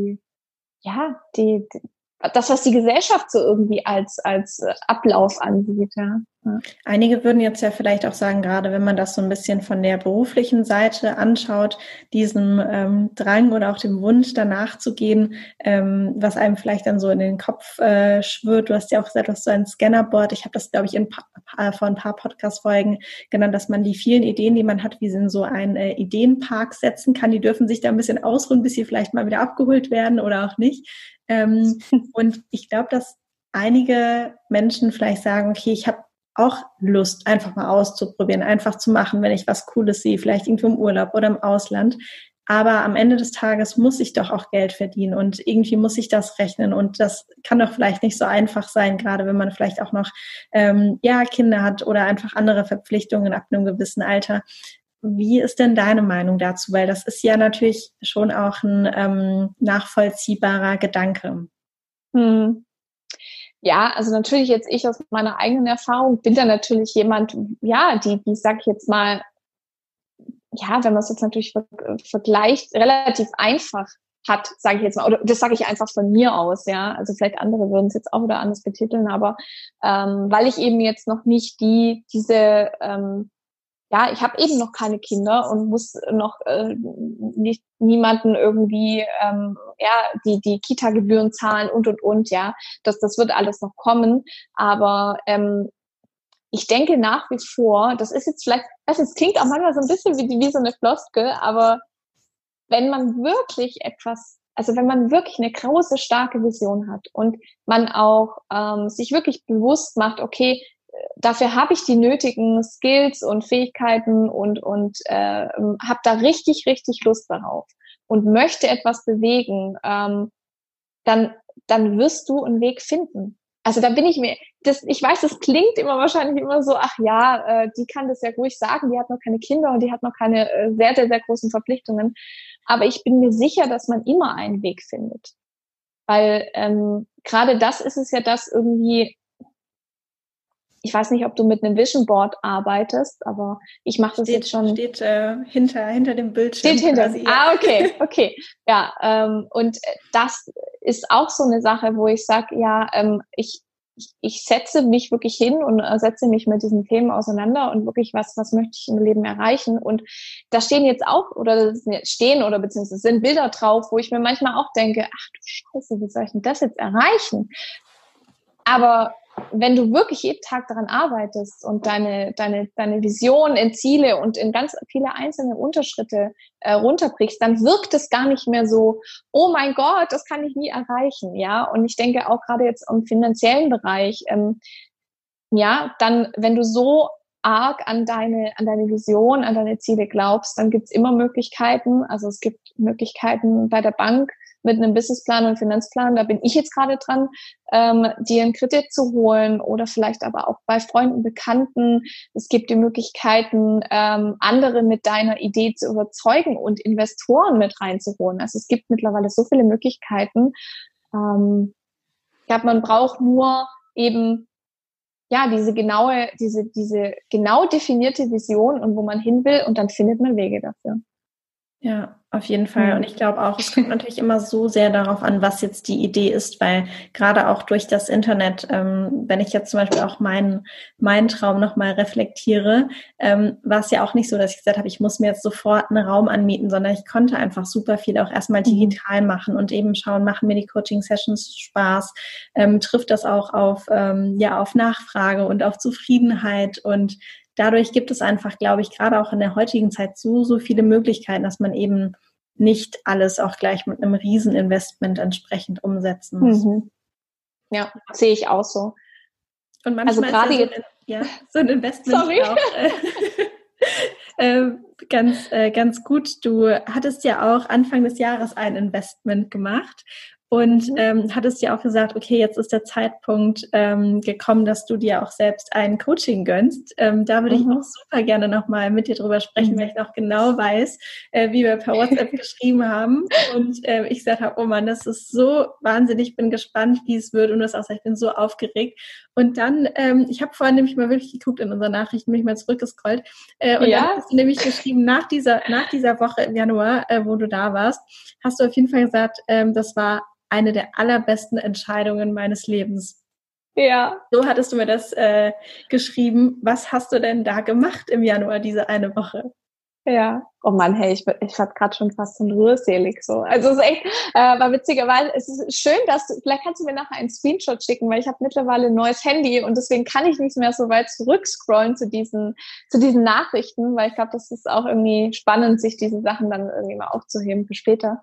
das, was die Gesellschaft so irgendwie als Ablauf ansieht, ja. Einige würden jetzt ja vielleicht auch sagen, gerade wenn man das so ein bisschen von der beruflichen Seite anschaut, diesem Drang oder auch dem Wunsch danach zu gehen, was einem vielleicht dann so in den Kopf schwirrt. Du hast ja auch gesagt, du hast so ein Scannerboard. Ich habe das, glaube ich, vor ein paar Podcast-Folgen genannt, dass man die vielen Ideen, die man hat, wie sie in so einen Ideenpark setzen kann. Die dürfen sich da ein bisschen ausruhen, bis sie vielleicht mal wieder abgeholt werden oder auch nicht. Und ich glaube, dass einige Menschen vielleicht sagen, okay, ich habe auch Lust, einfach mal auszuprobieren, einfach zu machen, wenn ich was Cooles sehe, vielleicht irgendwo im Urlaub oder im Ausland. Aber am Ende des Tages muss ich doch auch Geld verdienen und irgendwie muss ich das rechnen und das kann doch vielleicht nicht so einfach sein, gerade wenn man vielleicht auch noch Kinder hat oder einfach andere Verpflichtungen ab einem gewissen Alter. Wie ist denn deine Meinung dazu? Weil das ist ja natürlich schon auch ein nachvollziehbarer Gedanke. Ja, also natürlich jetzt ich aus meiner eigenen Erfahrung bin da natürlich jemand, ja, die sag ich jetzt mal, ja, wenn man es jetzt natürlich vergleicht, relativ einfach hat, sage ich jetzt mal, oder das sage ich einfach von mir aus, ja, also vielleicht andere würden es jetzt auch wieder anders betiteln, aber weil ich eben jetzt noch nicht ich habe eben noch keine Kinder und muss noch niemanden irgendwie die Kita-Gebühren zahlen und ja, das wird alles noch kommen, aber ich denke nach wie vor, das ist jetzt vielleicht, es klingt auch manchmal so ein bisschen wie so eine Floskel, aber wenn man wirklich wenn man wirklich eine große, starke Vision hat und man auch sich wirklich bewusst macht, okay, dafür habe ich die nötigen Skills und Fähigkeiten und habe da richtig, richtig Lust darauf und möchte etwas bewegen, dann wirst du einen Weg finden. Also da bin ich ich weiß, das klingt wahrscheinlich immer so, ach ja, die kann das ja ruhig sagen, die hat noch keine Kinder und die hat noch keine sehr, sehr, sehr großen Verpflichtungen. Aber ich bin mir sicher, dass man immer einen Weg findet. Weil gerade das ist es ja, das irgendwie, ich weiß nicht, ob du mit einem Vision Board arbeitest, aber ich mache das jetzt schon. Steht hinter dem Bildschirm. Steht hinter. Okay. Ja, und das ist auch so eine Sache, wo ich sage, ja, ich ich setze mich wirklich hin und setze mich mit diesen Themen auseinander und wirklich, was möchte ich im Leben erreichen? Und da stehen jetzt auch, oder stehen oder beziehungsweise sind Bilder drauf, wo ich mir manchmal auch denke, ach du Scheiße, wie soll ich denn das jetzt erreichen? Aber wenn du wirklich jeden Tag daran arbeitest und deine Vision in Ziele und in ganz viele einzelne Unterschritte runterbrichst, dann wirkt es gar nicht mehr so, oh mein Gott, das kann ich nie erreichen, ja. Und ich denke auch gerade jetzt im finanziellen Bereich, ja, dann, wenn du so arg an deine Vision, an deine Ziele glaubst, dann gibt's immer Möglichkeiten. Also es gibt Möglichkeiten bei der Bank mit einem Businessplan und Finanzplan. Da bin ich jetzt gerade dran, dir einen Kredit zu holen oder vielleicht aber auch bei Freunden, Bekannten. Es gibt die Möglichkeiten, andere mit deiner Idee zu überzeugen und Investoren mit reinzuholen. Also es gibt mittlerweile so viele Möglichkeiten. Ich glaube, man braucht nur eben ja, diese genau definierte Vision und wo man hin will und dann findet man Wege dafür. Ja, auf jeden Fall. Und ich glaube auch, es kommt natürlich immer so sehr darauf an, was jetzt die Idee ist, weil gerade auch durch das Internet, wenn ich jetzt zum Beispiel auch meinen Traum nochmal reflektiere, war es ja auch nicht so, dass ich gesagt habe, ich muss mir jetzt sofort einen Raum anmieten, sondern ich konnte einfach super viel auch erstmal digital machen und eben schauen, machen mir die Coaching-Sessions Spaß, trifft das auch auf Nachfrage und auf Zufriedenheit und dadurch gibt es einfach, glaube ich, gerade auch in der heutigen Zeit so viele Möglichkeiten, dass man eben nicht alles auch gleich mit einem Rieseninvestment entsprechend umsetzen muss. Mhm. Ja, sehe ich auch so. Und manchmal also ist so ein Investment auch ganz gut. Du hattest ja auch Anfang des Jahres ein Investment gemacht. Und hattest ja auch gesagt, okay, jetzt ist der Zeitpunkt gekommen, dass du dir auch selbst ein Coaching gönnst. Da würde ich auch super gerne nochmal mit dir drüber sprechen, weil ich noch genau weiß, wie wir per WhatsApp geschrieben haben. Und ich gesagt habe, oh Mann, das ist so wahnsinnig, ich bin gespannt, wie es wird. Und du hast auch gesagt, ich bin so aufgeregt. Und dann, ich habe vorhin nämlich mal wirklich geguckt in unseren Nachrichten, mich mal zurückgescrollt. Und dann hast du nämlich geschrieben, nach dieser Woche im Januar, wo du da warst, hast du auf jeden Fall gesagt, das war eine der allerbesten Entscheidungen meines Lebens. Ja. So hattest du mir das geschrieben. Was hast du denn da gemacht im Januar, diese eine Woche? Ja. Oh Mann, hey, ich war gerade schon fast so rührselig so. Also es ist echt, war witzigerweise, es ist schön, vielleicht kannst du mir nachher einen Screenshot schicken, weil ich habe mittlerweile ein neues Handy und deswegen kann ich nicht mehr so weit zurückscrollen zu diesen Nachrichten, weil ich glaube, das ist auch irgendwie spannend, sich diese Sachen dann irgendwie mal aufzuheben für später.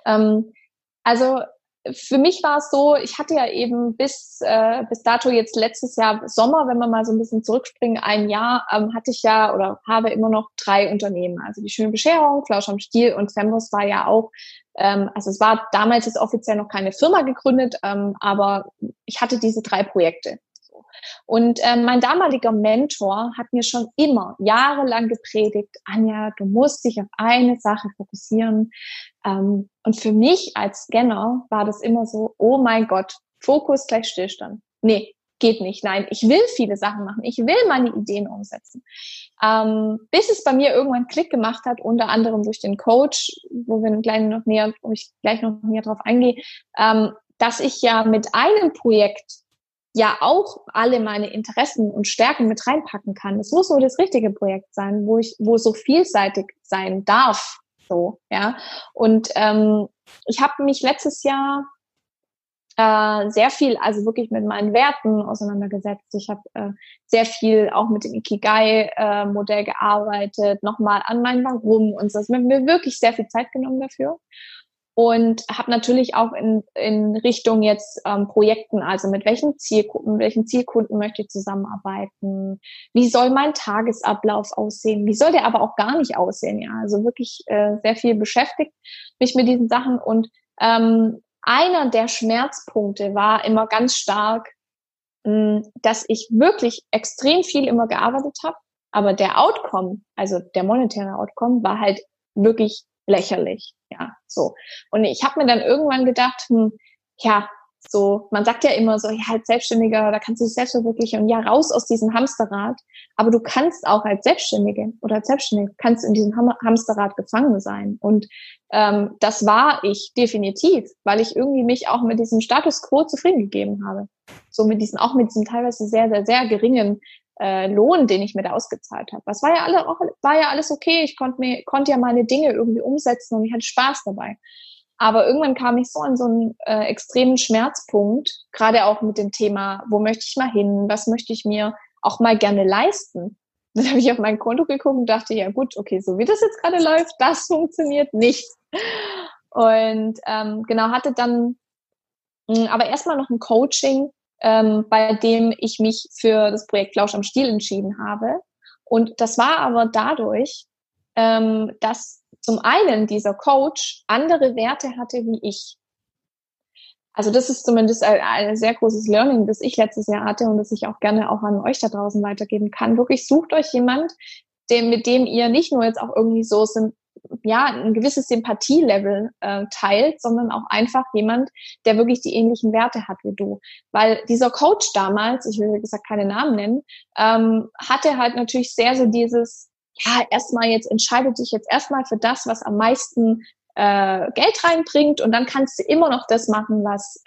Also für mich war es so, ich hatte ja eben bis dato jetzt letztes Jahr Sommer, wenn wir mal so ein bisschen zurückspringen, ein Jahr, hatte ich ja oder habe immer noch 3 Unternehmen. Also die Schöne Bescherung, Flausch am Stiel und Fembos war ja auch, also es war damals jetzt offiziell noch keine Firma gegründet, aber ich hatte diese 3 Projekte. Und mein damaliger Mentor hat mir schon immer jahrelang gepredigt, Anja, du musst dich auf eine Sache fokussieren. Und für mich als Scanner war das immer so, oh mein Gott, Fokus gleich Stillstand. Nee, geht nicht. Nein, ich will viele Sachen machen. Ich will meine Ideen umsetzen. Bis es bei mir irgendwann Klick gemacht hat, unter anderem durch den Coach, wo ich gleich noch näher drauf eingehe, dass ich ja mit einem Projekt ja auch alle meine Interessen und Stärken mit reinpacken kann. Es muss nur das richtige Projekt sein, wo so vielseitig sein darf. So, ja. Und ich habe mich letztes Jahr sehr viel, also wirklich mit meinen Werten auseinandergesetzt. Ich habe sehr viel auch mit dem Ikigai-Modell gearbeitet, nochmal an meinem Warum und so. Es hat mir wirklich sehr viel Zeit genommen dafür. Und habe natürlich auch in Richtung jetzt Projekten, also mit welchen Zielkunden möchte ich zusammenarbeiten, wie soll mein Tagesablauf aussehen, wie soll der aber auch gar nicht aussehen, ja, also wirklich sehr viel beschäftigt mich mit diesen Sachen und einer der Schmerzpunkte war immer ganz stark, dass ich wirklich extrem viel immer gearbeitet habe, aber der Outcome, also der monetäre Outcome, war halt wirklich lächerlich, ja, so. Und ich habe mir dann irgendwann gedacht, so, man sagt ja immer so, ja, als Selbstständiger, da kannst du dich selbst verwirklichen und ja, raus aus diesem Hamsterrad. Aber du kannst auch als Selbstständige oder als Selbstständige kannst in diesem Hamsterrad gefangen sein. Und das war ich definitiv, weil ich irgendwie mich auch mit diesem Status quo zufrieden gegeben habe. So auch mit diesem teilweise sehr, sehr, sehr geringen Lohn, den ich mir da ausgezahlt habe. Das war ja alles okay. Ich konnte ja meine Dinge irgendwie umsetzen und ich hatte Spaß dabei. Aber irgendwann kam ich so an so einen extremen Schmerzpunkt, gerade auch mit dem Thema, wo möchte ich mal hin, was möchte ich mir auch mal gerne leisten. Dann habe ich auf mein Konto geguckt und dachte, ja gut, okay, so wie das jetzt gerade läuft, das funktioniert nicht. Und genau, hatte dann aber erstmal noch ein Coaching, bei dem ich mich für das Projekt Flausch am Stiel entschieden habe. Und das war aber dadurch, dass zum einen dieser Coach andere Werte hatte wie ich. Also das ist zumindest ein sehr großes Learning, das ich letztes Jahr hatte und das ich auch gerne auch an euch da draußen weitergeben kann. Wirklich sucht euch jemand, mit dem ihr nicht nur jetzt auch irgendwie so ein gewisses Sympathielevel teilt, sondern auch einfach jemand, der wirklich die ähnlichen Werte hat wie du. Weil dieser Coach damals, ich will wie gesagt keine Namen nennen, hatte halt natürlich sehr so dieses, entscheide dich jetzt erstmal für das, was am meisten Geld reinbringt und dann kannst du immer noch das machen,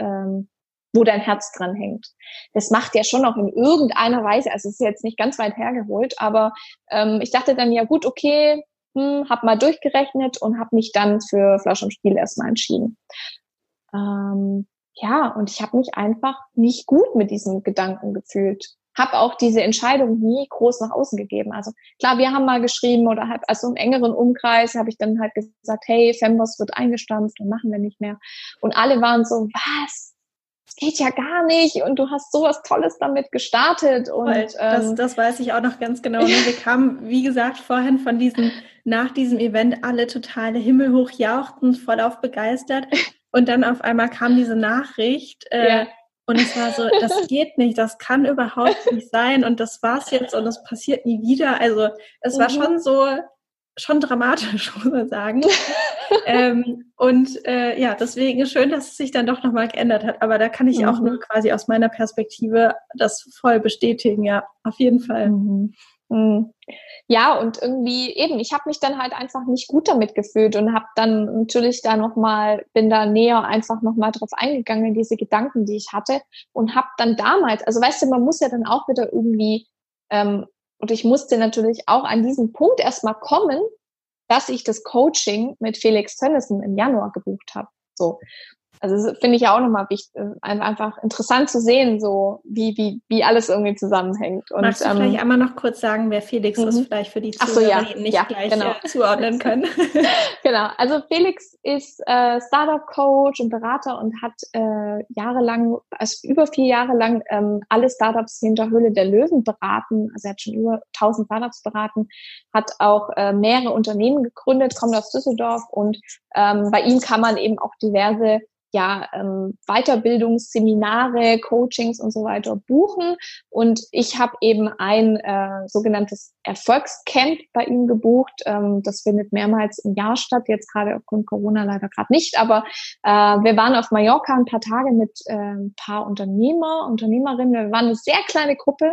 wo dein Herz dran hängt. Das macht ja schon auch in irgendeiner Weise, also es ist jetzt nicht ganz weit hergeholt, aber ich dachte dann, ja gut, okay, habe mal durchgerechnet und habe mich dann für Flausch am Stiel erstmal entschieden. Und ich habe mich einfach nicht gut mit diesem Gedanken gefühlt. Habe auch diese Entscheidung nie groß nach außen gegeben. Also klar, wir haben mal geschrieben oder halt also im engeren Umkreis habe ich dann halt gesagt, hey, Femboss wird eingestampft und machen wir nicht mehr. Und alle waren so, was? Das geht ja gar nicht und du hast sowas Tolles damit gestartet. Und das weiß ich auch noch ganz genau. Wir kamen, wie gesagt, vorhin nach diesem Event alle total himmelhoch jauchzend, vollauf begeistert. Und dann auf einmal kam diese Nachricht, und es war so, das geht nicht, das kann überhaupt nicht sein und das war's jetzt und das passiert nie wieder. Also es war schon dramatisch, muss man sagen. Deswegen schön, dass es sich dann doch nochmal geändert hat. Aber da kann ich auch nur quasi aus meiner Perspektive das voll bestätigen, ja, auf jeden Fall. Ja, und irgendwie eben, ich habe mich dann halt einfach nicht gut damit gefühlt und habe dann natürlich bin da näher einfach nochmal drauf eingegangen, in diese Gedanken, die ich hatte und habe dann damals, also weißt du, man muss ja dann auch wieder irgendwie, und ich musste natürlich auch an diesen Punkt erstmal kommen, dass ich das Coaching mit Felix Tönnissen im Januar gebucht habe. So. Also das finde ich ja auch nochmal wichtig, einfach interessant zu sehen, so wie alles irgendwie zusammenhängt. Und, magst du vielleicht einmal noch kurz sagen, wer Felix ist, vielleicht für die Zuhörer, die ihn nicht gleich zuordnen können? Genau, also Felix ist Startup-Coach und Berater und hat über 4 Jahre lang alle Startups hinter Höhle der Löwen beraten. Also er hat schon über 1000 Startups beraten, hat auch mehrere Unternehmen gegründet, kommt aus Düsseldorf und bei ihm kann man eben auch diverse Weiterbildungsseminare, Coachings und so weiter buchen. Und ich habe eben ein sogenanntes Erfolgscamp bei ihm gebucht. Das findet mehrmals im Jahr statt, jetzt gerade aufgrund Corona leider gerade nicht. Aber wir waren auf Mallorca ein paar Tage mit ein paar Unternehmerinnen. Wir waren eine sehr kleine Gruppe.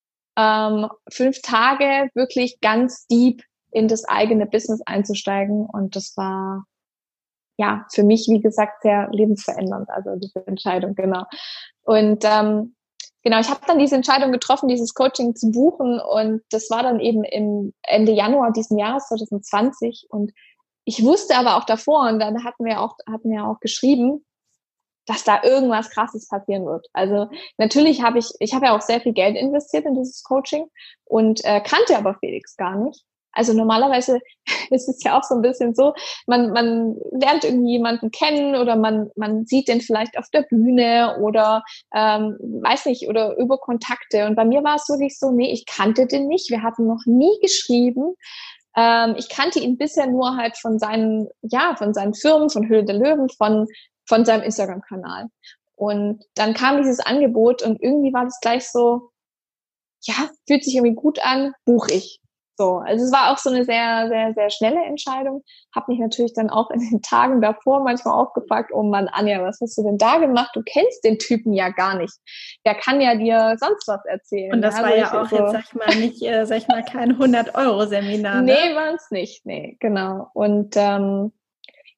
5 Tage wirklich ganz deep in das eigene Business einzusteigen. Und das war für mich, wie gesagt, sehr lebensverändernd, also diese Entscheidung, genau. Und ich habe dann diese Entscheidung getroffen, dieses Coaching zu buchen und das war dann eben im Ende Januar diesen Jahres 2020 und ich wusste aber auch davor und dann hatten wir auch geschrieben, dass da irgendwas Krasses passieren wird. Also natürlich habe ich ja auch sehr viel Geld investiert in dieses Coaching und kannte aber Felix gar nicht. Also normalerweise ist es ja auch so ein bisschen so, man lernt irgendwie jemanden kennen oder man sieht den vielleicht auf der Bühne oder weiß nicht, oder über Kontakte. Und bei mir war es wirklich so, nee, ich kannte den nicht, wir hatten noch nie geschrieben. Ich kannte ihn bisher nur halt von seinen Firmen, von Höhle der Löwen, von seinem Instagram-Kanal. Und dann kam dieses Angebot und irgendwie war das gleich so, fühlt sich irgendwie gut an, buche ich. So, also es war auch so eine sehr, sehr, sehr schnelle Entscheidung. Habe mich natürlich dann auch in den Tagen davor manchmal auch gefragt, oh Mann, Anja, was hast du denn da gemacht? Du kennst den Typen ja gar nicht. Der kann ja dir sonst was erzählen. Und das war ja auch jetzt, sag ich mal, kein 100-Euro-Seminar. Nee, war es nicht. Nee, genau. Und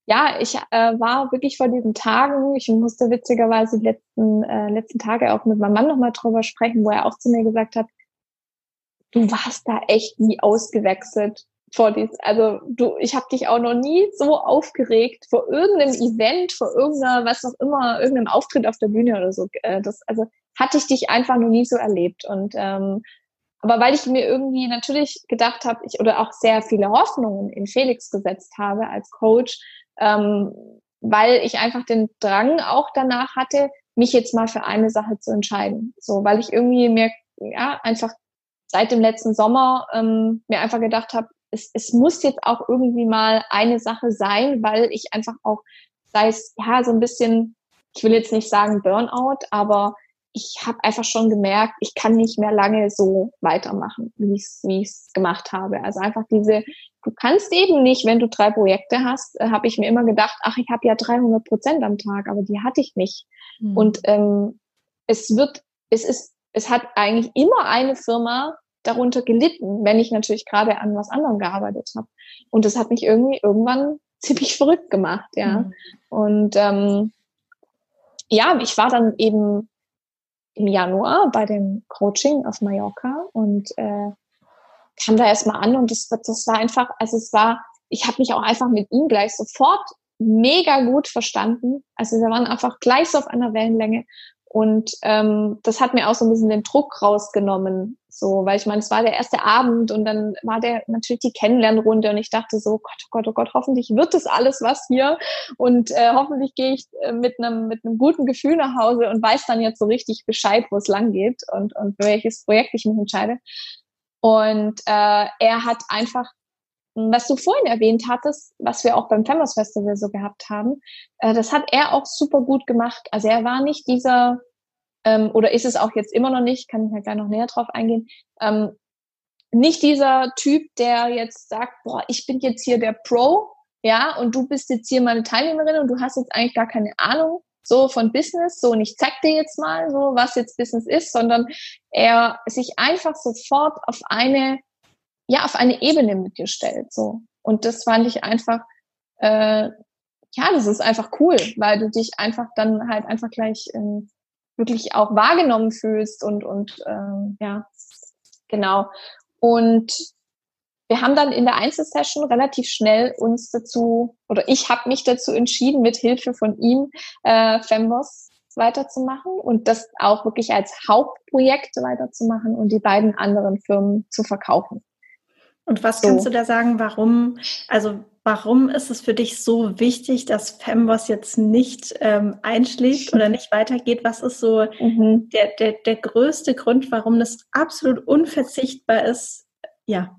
ja, ich war wirklich vor diesen Tagen, ich musste witzigerweise die letzten Tage auch mit meinem Mann nochmal drüber sprechen, wo er auch zu mir gesagt hat, du warst da echt nie ausgewechselt ich habe dich auch noch nie so aufgeregt vor irgendeinem Event, vor irgendeiner, was auch immer, irgendeinem Auftritt auf der Bühne oder so. Also hatte ich dich einfach noch nie so erlebt. Und aber weil ich mir irgendwie natürlich gedacht habe, oder auch sehr viele Hoffnungen in Felix gesetzt habe als Coach, weil ich einfach den Drang auch danach hatte, mich jetzt mal für eine Sache zu entscheiden. So, weil ich irgendwie mir einfach seit dem letzten Sommer mir einfach gedacht habe, es muss jetzt auch irgendwie mal eine Sache sein, weil ich einfach auch, sei es so ein bisschen, ich will jetzt nicht sagen Burnout, aber ich habe einfach schon gemerkt, ich kann nicht mehr lange so weitermachen, wie ich es gemacht habe. Also einfach du kannst eben nicht, wenn du 3 Projekte hast, habe ich mir immer gedacht, ach, ich habe ja 300% am Tag, aber die hatte ich nicht. Mhm. Und es hat eigentlich immer eine Firma darunter gelitten, wenn ich natürlich gerade an was anderem gearbeitet habe. Und das hat mich irgendwie irgendwann ziemlich verrückt gemacht, ja. Mhm. Und ich war dann eben im Januar bei dem Coaching auf Mallorca und kam da erstmal an und das war einfach, ich habe mich auch einfach mit ihm gleich sofort mega gut verstanden. Also wir waren einfach gleich so auf einer Wellenlänge. Und das hat mir auch so ein bisschen den Druck rausgenommen, so, weil ich meine, es war der erste Abend und dann war natürlich die Kennenlernrunde und ich dachte so, Gott, oh Gott, oh Gott, hoffentlich wird das alles was hier und hoffentlich gehe ich mit einem guten Gefühl nach Hause und weiß dann jetzt so richtig Bescheid, wo es lang geht und für welches Projekt ich mich entscheide. Und er hat einfach, was du vorhin erwähnt hattest, was wir auch beim Fembos Festival so gehabt haben, das hat er auch super gut gemacht. Also er war nicht dieser, oder ist es auch jetzt immer noch nicht, kann ich ja gleich noch näher drauf eingehen, nicht dieser Typ, der jetzt sagt, boah, ich bin jetzt hier der Pro, ja, und du bist jetzt hier meine Teilnehmerin und du hast jetzt eigentlich gar keine Ahnung so von Business, so, und ich zeig dir jetzt mal so, was jetzt Business ist, sondern er sich einfach sofort auf eine Ebene mit dir stellt, so. Und das fand ich einfach, das ist einfach cool, weil du dich einfach dann halt einfach gleich wirklich auch wahrgenommen fühlst und genau. Und wir haben dann in der Einzelsession relativ schnell ich habe mich dazu entschieden, mit Hilfe von ihm Fembos weiterzumachen und das auch wirklich als Hauptprojekt weiterzumachen und die beiden anderen Firmen zu verkaufen. Und was kannst du da sagen, warum ist es für dich so wichtig, dass Fembos jetzt nicht einschläft oder nicht weitergeht? Was ist so der größte Grund, warum das absolut unverzichtbar ist? Ja.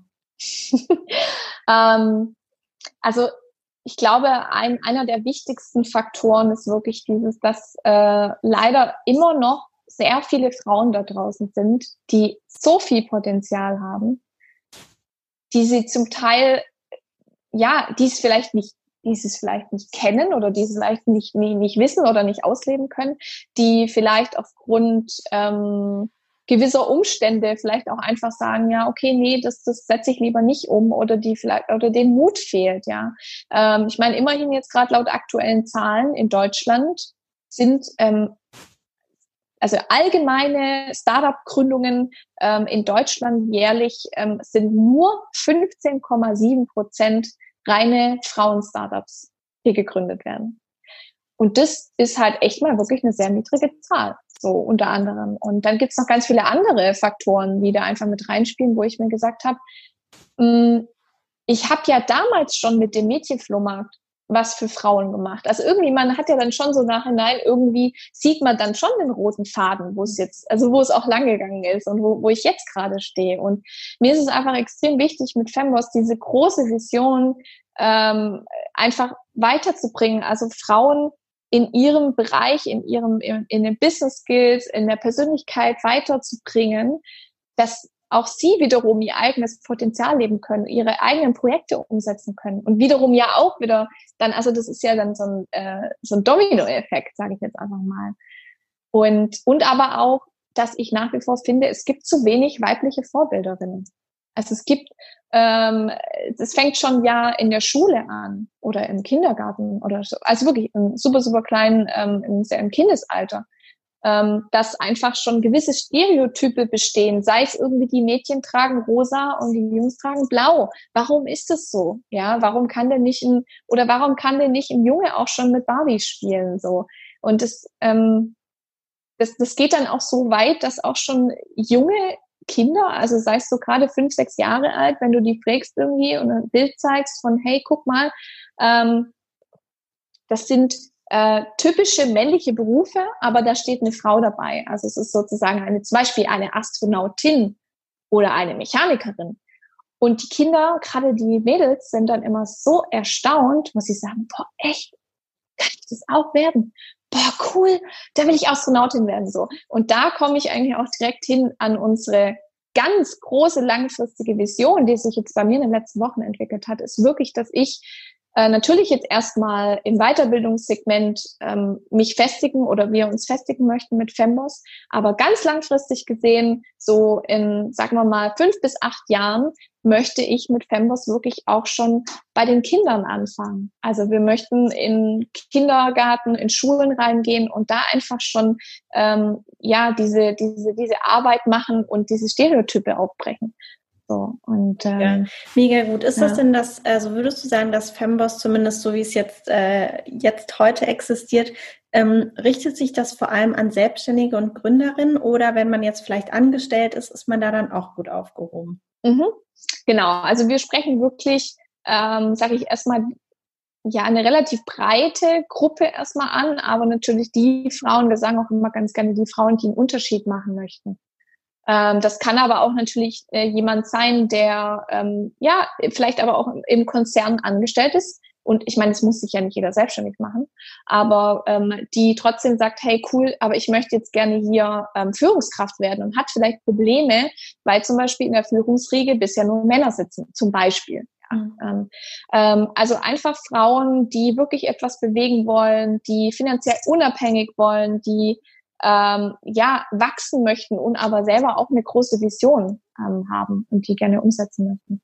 Also ich glaube, einer der wichtigsten Faktoren ist wirklich dass leider immer noch sehr viele Frauen da draußen sind, die so viel Potenzial haben, die sie zum Teil, die es vielleicht nicht kennen oder die es vielleicht nicht wissen oder nicht ausleben können, die vielleicht aufgrund gewisser Umstände vielleicht auch einfach sagen, ja, okay, nee, das setze ich lieber nicht um oder den Mut fehlt, ja. Ich meine, immerhin jetzt gerade laut aktuellen Zahlen in Deutschland sind also allgemeine Startup-Gründungen in Deutschland jährlich sind nur 15,7% reine Frauen-Startups, die gegründet werden. Und das ist halt echt mal wirklich eine sehr niedrige Zahl, so unter anderem. Und dann gibt's noch ganz viele andere Faktoren, die da einfach mit reinspielen, wo ich mir gesagt habe, ich habe ja damals schon mit dem Mädchenflohmarkt was für Frauen gemacht. Also irgendwie, man hat ja dann schon so nachhinein, irgendwie sieht man dann schon den roten Faden, wo es auch lang gegangen ist und wo ich jetzt gerade stehe. Und mir ist es einfach extrem wichtig, mit Fembos diese große Vision einfach weiterzubringen. Also Frauen in ihrem Bereich, in den Business Skills, in der Persönlichkeit weiterzubringen, dass auch sie wiederum ihr eigenes Potenzial leben können, ihre eigenen Projekte umsetzen können und wiederum ja auch wieder dann, also das ist ja dann so ein Domino-Effekt, sage ich jetzt einfach mal. Und aber auch, dass ich nach wie vor finde, es gibt zu wenig weibliche Vorbilderinnen. Also es fängt schon ja in der Schule an oder im Kindergarten oder so. Also wirklich im super, super kleinen, im Kindesalter. Dass einfach schon gewisse Stereotype bestehen, sei es irgendwie die Mädchen tragen rosa und die Jungs tragen blau. Warum ist das so? Ja, warum kann denn nicht ein Junge auch schon mit Barbie spielen, so? Und das geht dann auch so weit, dass auch schon junge Kinder, also sei es so gerade 5, 6 Jahre alt, wenn du die fragst irgendwie und ein Bild zeigst von, hey, guck mal, das sind typische männliche Berufe, aber da steht eine Frau dabei. Also es ist sozusagen zum Beispiel eine Astronautin oder eine Mechanikerin. Und die Kinder, gerade die Mädels, sind dann immer so erstaunt, was sie sagen, boah, echt, kann ich das auch werden? Boah, cool, da will ich Astronautin werden, so. Und da komme ich eigentlich auch direkt hin an unsere ganz große langfristige Vision, die sich jetzt bei mir in den letzten Wochen entwickelt hat, ist wirklich, dass ich natürlich jetzt erstmal im Weiterbildungssegment mich festigen oder wir uns festigen möchten mit Femboss, aber ganz langfristig gesehen, so in, sagen wir mal, 5 bis 8 Jahren, möchte ich mit Femboss wirklich auch schon bei den Kindern anfangen. Also wir möchten in Kindergarten, in Schulen reingehen und da einfach schon diese Arbeit machen und diese Stereotype aufbrechen. So, und ja, mega gut. Ist das denn also würdest du sagen, dass Femboss zumindest so wie es jetzt heute existiert, richtet sich das vor allem an Selbstständige und Gründerinnen oder wenn man jetzt vielleicht angestellt ist, ist man da dann auch gut aufgehoben? Mhm. Genau, also wir sprechen wirklich, sage ich erstmal, ja, eine relativ breite Gruppe erstmal an, aber natürlich die Frauen, wir sagen auch immer ganz gerne die Frauen, die einen Unterschied machen möchten. Das kann aber auch natürlich jemand sein, der vielleicht aber auch im Konzern angestellt ist. Und ich meine, es muss sich ja nicht jeder selbstständig machen, aber die trotzdem sagt, hey cool, aber ich möchte jetzt gerne hier Führungskraft werden und hat vielleicht Probleme, weil zum Beispiel in der Führungsriege bisher nur Männer sitzen, zum Beispiel. Mhm. Also einfach Frauen, die wirklich etwas bewegen wollen, die finanziell unabhängig wollen, die wachsen möchten und aber selber auch eine große Vision haben und die gerne umsetzen möchten.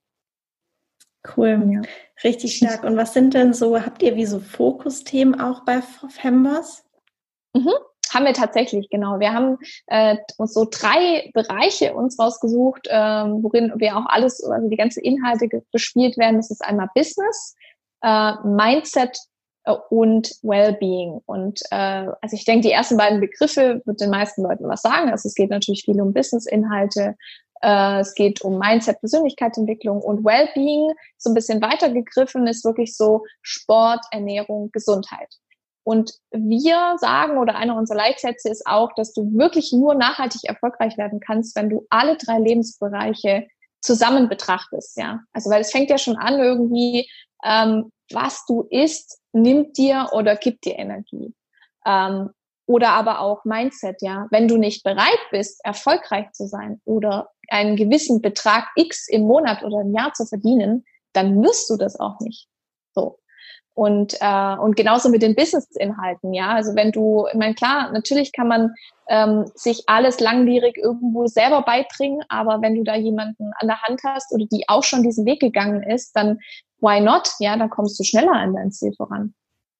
Cool, ja. Richtig stark. Und was sind denn habt ihr wie so Fokusthemen auch bei Femboss? Mhm. Haben wir tatsächlich, genau. Wir haben uns so 3 Bereiche uns rausgesucht, worin wir auch also die ganzen Inhalte bespielt werden. Das ist einmal Business, Mindset und Wellbeing. Und also ich denke, die ersten beiden Begriffe wird den meisten Leuten was sagen. Also es geht natürlich viel um Business-Inhalte, es geht um Mindset, Persönlichkeitsentwicklung und Wellbeing. So ein bisschen weitergegriffen ist wirklich so Sport, Ernährung, Gesundheit. Und wir sagen, oder einer unserer Leitsätze ist auch, dass du wirklich nur nachhaltig erfolgreich werden kannst, wenn du alle 3 Lebensbereiche zusammen betrachtest. Ja, also weil es fängt ja schon an irgendwie, was du isst, nimmt dir oder gibt dir Energie. Oder aber auch Mindset, ja. Wenn du nicht bereit bist, erfolgreich zu sein oder einen gewissen Betrag X im Monat oder im Jahr zu verdienen, dann wirst du das auch nicht. So. Und genauso mit den Business-Inhalten, ja. Also wenn du, ich meine, klar, natürlich kann man sich alles langwierig irgendwo selber beibringen, aber wenn du da jemanden an der Hand hast oder die auch schon diesen Weg gegangen ist, dann why not? Ja, dann kommst du schneller an dein Ziel voran.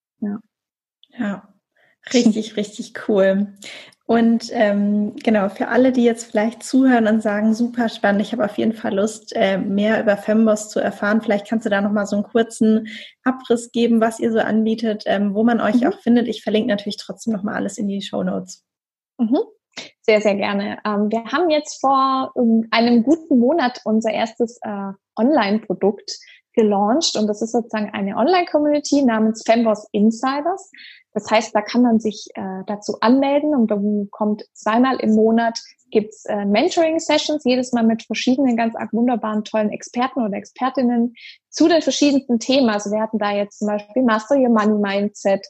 Ja. Richtig, richtig cool. Und genau, für alle, die jetzt vielleicht zuhören und sagen, super spannend, ich habe auf jeden Fall Lust, mehr über Femboss zu erfahren. Vielleicht kannst du da nochmal so einen kurzen Abriss geben, was ihr so anbietet, wo man euch auch findet. Ich verlinke natürlich trotzdem nochmal alles in die Shownotes. Sehr, sehr gerne. Wir haben jetzt vor einem guten Monat unser erstes Online-Produkt gelauncht und das ist sozusagen eine Online-Community namens Femboss Insiders. Das heißt, da kann man sich dazu anmelden und dann kommt 2-mal im Monat gibt's Mentoring-Sessions, jedes Mal mit verschiedenen ganz wunderbaren, tollen Experten oder Expertinnen zu den verschiedensten Themen. Also wir hatten da jetzt zum Beispiel Master Your Money Mindset,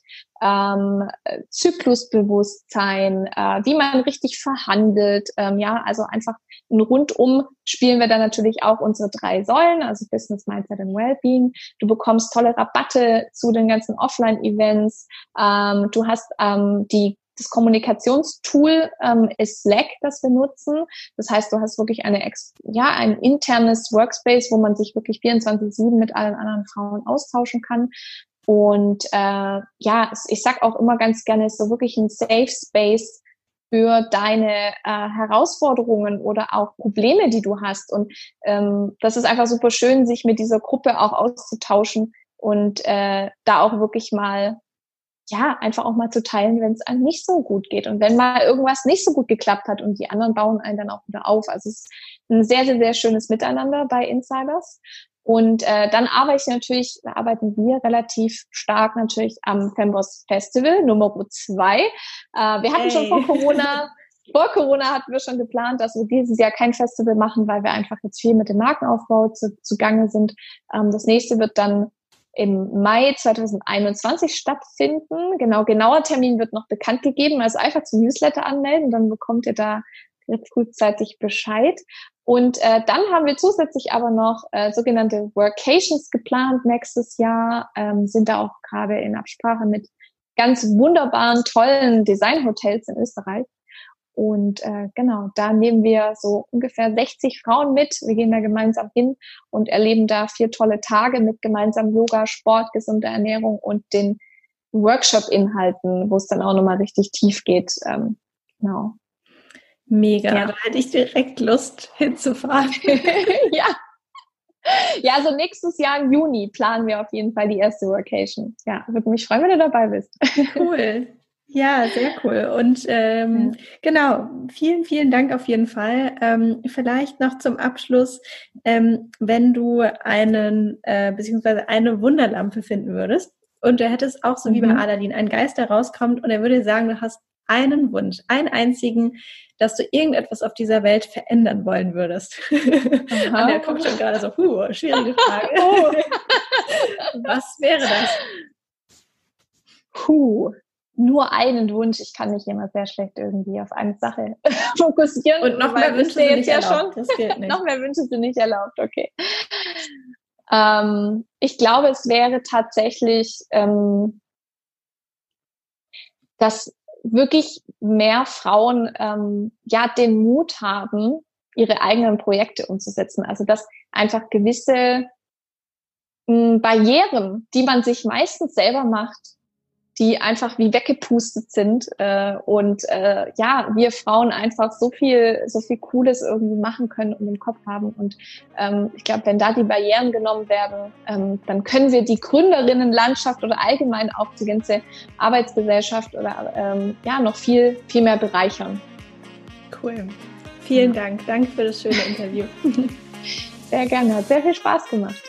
Zyklusbewusstsein, wie man richtig verhandelt. Also einfach rundum spielen wir dann natürlich auch unsere 3 Säulen, also Business, Mindset und Wellbeing. Du bekommst tolle Rabatte zu den ganzen Offline-Events. Du hast die das Kommunikationstool ist Slack, das wir nutzen. Das heißt, du hast wirklich ein internes Workspace, wo man sich wirklich 24/7 mit allen anderen Frauen austauschen kann. Und ich sag auch immer ganz gerne, es ist so wirklich ein Safe Space für deine Herausforderungen oder auch Probleme, die du hast. Und das ist einfach super schön, sich mit dieser Gruppe auch auszutauschen und da auch wirklich mal, einfach auch mal zu teilen, wenn es einem nicht so gut geht. Und wenn mal irgendwas nicht so gut geklappt hat und die anderen bauen einen dann auch wieder auf. Also es ist ein sehr, sehr, sehr schönes Miteinander bei Insiders. Und dann arbeiten wir relativ stark natürlich am Fembos Festival Nummer 2. Wir hatten schon vor Corona hatten wir schon geplant, dass wir dieses Jahr kein Festival machen, weil wir einfach jetzt viel mit dem Markenaufbau zugange sind. Das nächste wird dann im Mai 2021 stattfinden. Genauer Termin wird noch bekannt gegeben. Also einfach zum Newsletter anmelden, dann bekommt ihr da frühzeitig Bescheid. Und dann haben wir zusätzlich aber noch sogenannte Workations geplant nächstes Jahr, sind da auch gerade in Absprache mit ganz wunderbaren, tollen Designhotels in Österreich. Und da nehmen wir so ungefähr 60 Frauen mit. Wir gehen da gemeinsam hin und erleben da 4 tolle Tage mit gemeinsam Yoga, Sport, gesunder Ernährung und den Workshop-Inhalten, wo es dann auch nochmal richtig tief geht. Genau. Mega, da hätte ich direkt Lust hinzufahren. Ja, also nächstes Jahr im Juni planen wir auf jeden Fall die erste Workation. Ja, würde mich freuen, wenn du dabei bist. Cool. Ja, sehr cool. Und genau, vielen, vielen Dank auf jeden Fall. Vielleicht noch zum Abschluss, wenn du beziehungsweise eine Wunderlampe finden würdest und du hättest auch so wie bei Aladdin einen Geist, der rauskommt und er würde dir sagen, du hast einen Wunsch, einen einzigen, dass du irgendetwas auf dieser Welt verändern wollen würdest. Anja guckt schon gerade so, schwierige Frage. Was wäre das? Nur einen Wunsch. Ich kann mich immer sehr schlecht irgendwie auf eine Sache fokussieren. Und noch mehr Wünsche sind nicht erlaubt. Das gilt nicht. Noch mehr Wünsche sind nicht erlaubt, okay. Ich glaube, es wäre tatsächlich, dass wirklich mehr Frauen den Mut haben, ihre eigenen Projekte umzusetzen. Also dass einfach gewisse Barrieren, die man sich meistens selber macht, die einfach wie weggepustet sind wir Frauen einfach so viel Cooles irgendwie machen können und im Kopf haben. Und ich glaube, wenn da die Barrieren genommen werden, dann können wir die Gründerinnenlandschaft oder allgemein auch die ganze Arbeitsgesellschaft oder noch viel, viel mehr bereichern. Cool. Vielen Dank. Danke für das schöne Interview. Sehr gerne. Hat sehr viel Spaß gemacht.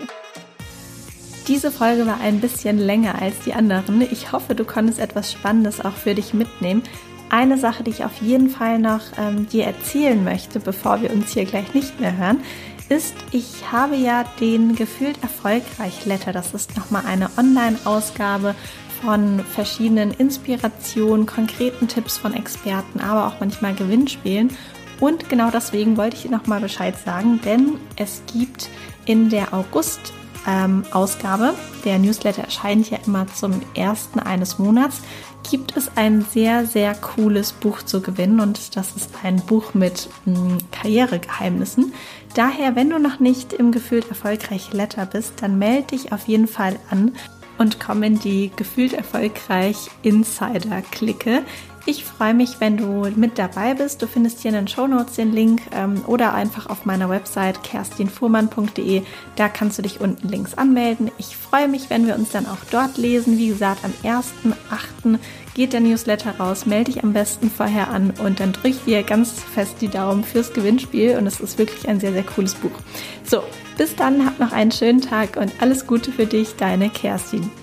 Diese Folge war ein bisschen länger als die anderen. Ich hoffe, du konntest etwas Spannendes auch für dich mitnehmen. Eine Sache, die ich auf jeden Fall noch dir erzählen möchte, bevor wir uns hier gleich nicht mehr hören, ist, ich habe ja den Gefühlt Erfolgreich Letter. Das ist nochmal eine Online-Ausgabe von verschiedenen Inspirationen, konkreten Tipps von Experten, aber auch manchmal Gewinnspielen. Und genau deswegen wollte ich dir nochmal Bescheid sagen, denn es gibt in der Ausgabe, der Newsletter erscheint ja immer zum 1. eines Monats, gibt es ein sehr, sehr cooles Buch zu gewinnen und das ist ein Buch mit Karrieregeheimnissen. Daher, wenn du noch nicht im Gefühlt Erfolgreich Letter bist, dann melde dich auf jeden Fall an und komm in die Gefühlt Erfolgreich Insider-Clique. Ich freue mich, wenn du mit dabei bist. Du findest hier in den Shownotes den Link oder einfach auf meiner Website kerstinfuhrmann.de. Da kannst du dich unten links anmelden. Ich freue mich, wenn wir uns dann auch dort lesen. Wie gesagt, am 1.8. geht der Newsletter raus. Melde dich am besten vorher an und dann drücke ich dir ganz fest die Daumen fürs Gewinnspiel. Und es ist wirklich ein sehr, sehr cooles Buch. So, bis dann, hab noch einen schönen Tag und alles Gute für dich, deine Kerstin.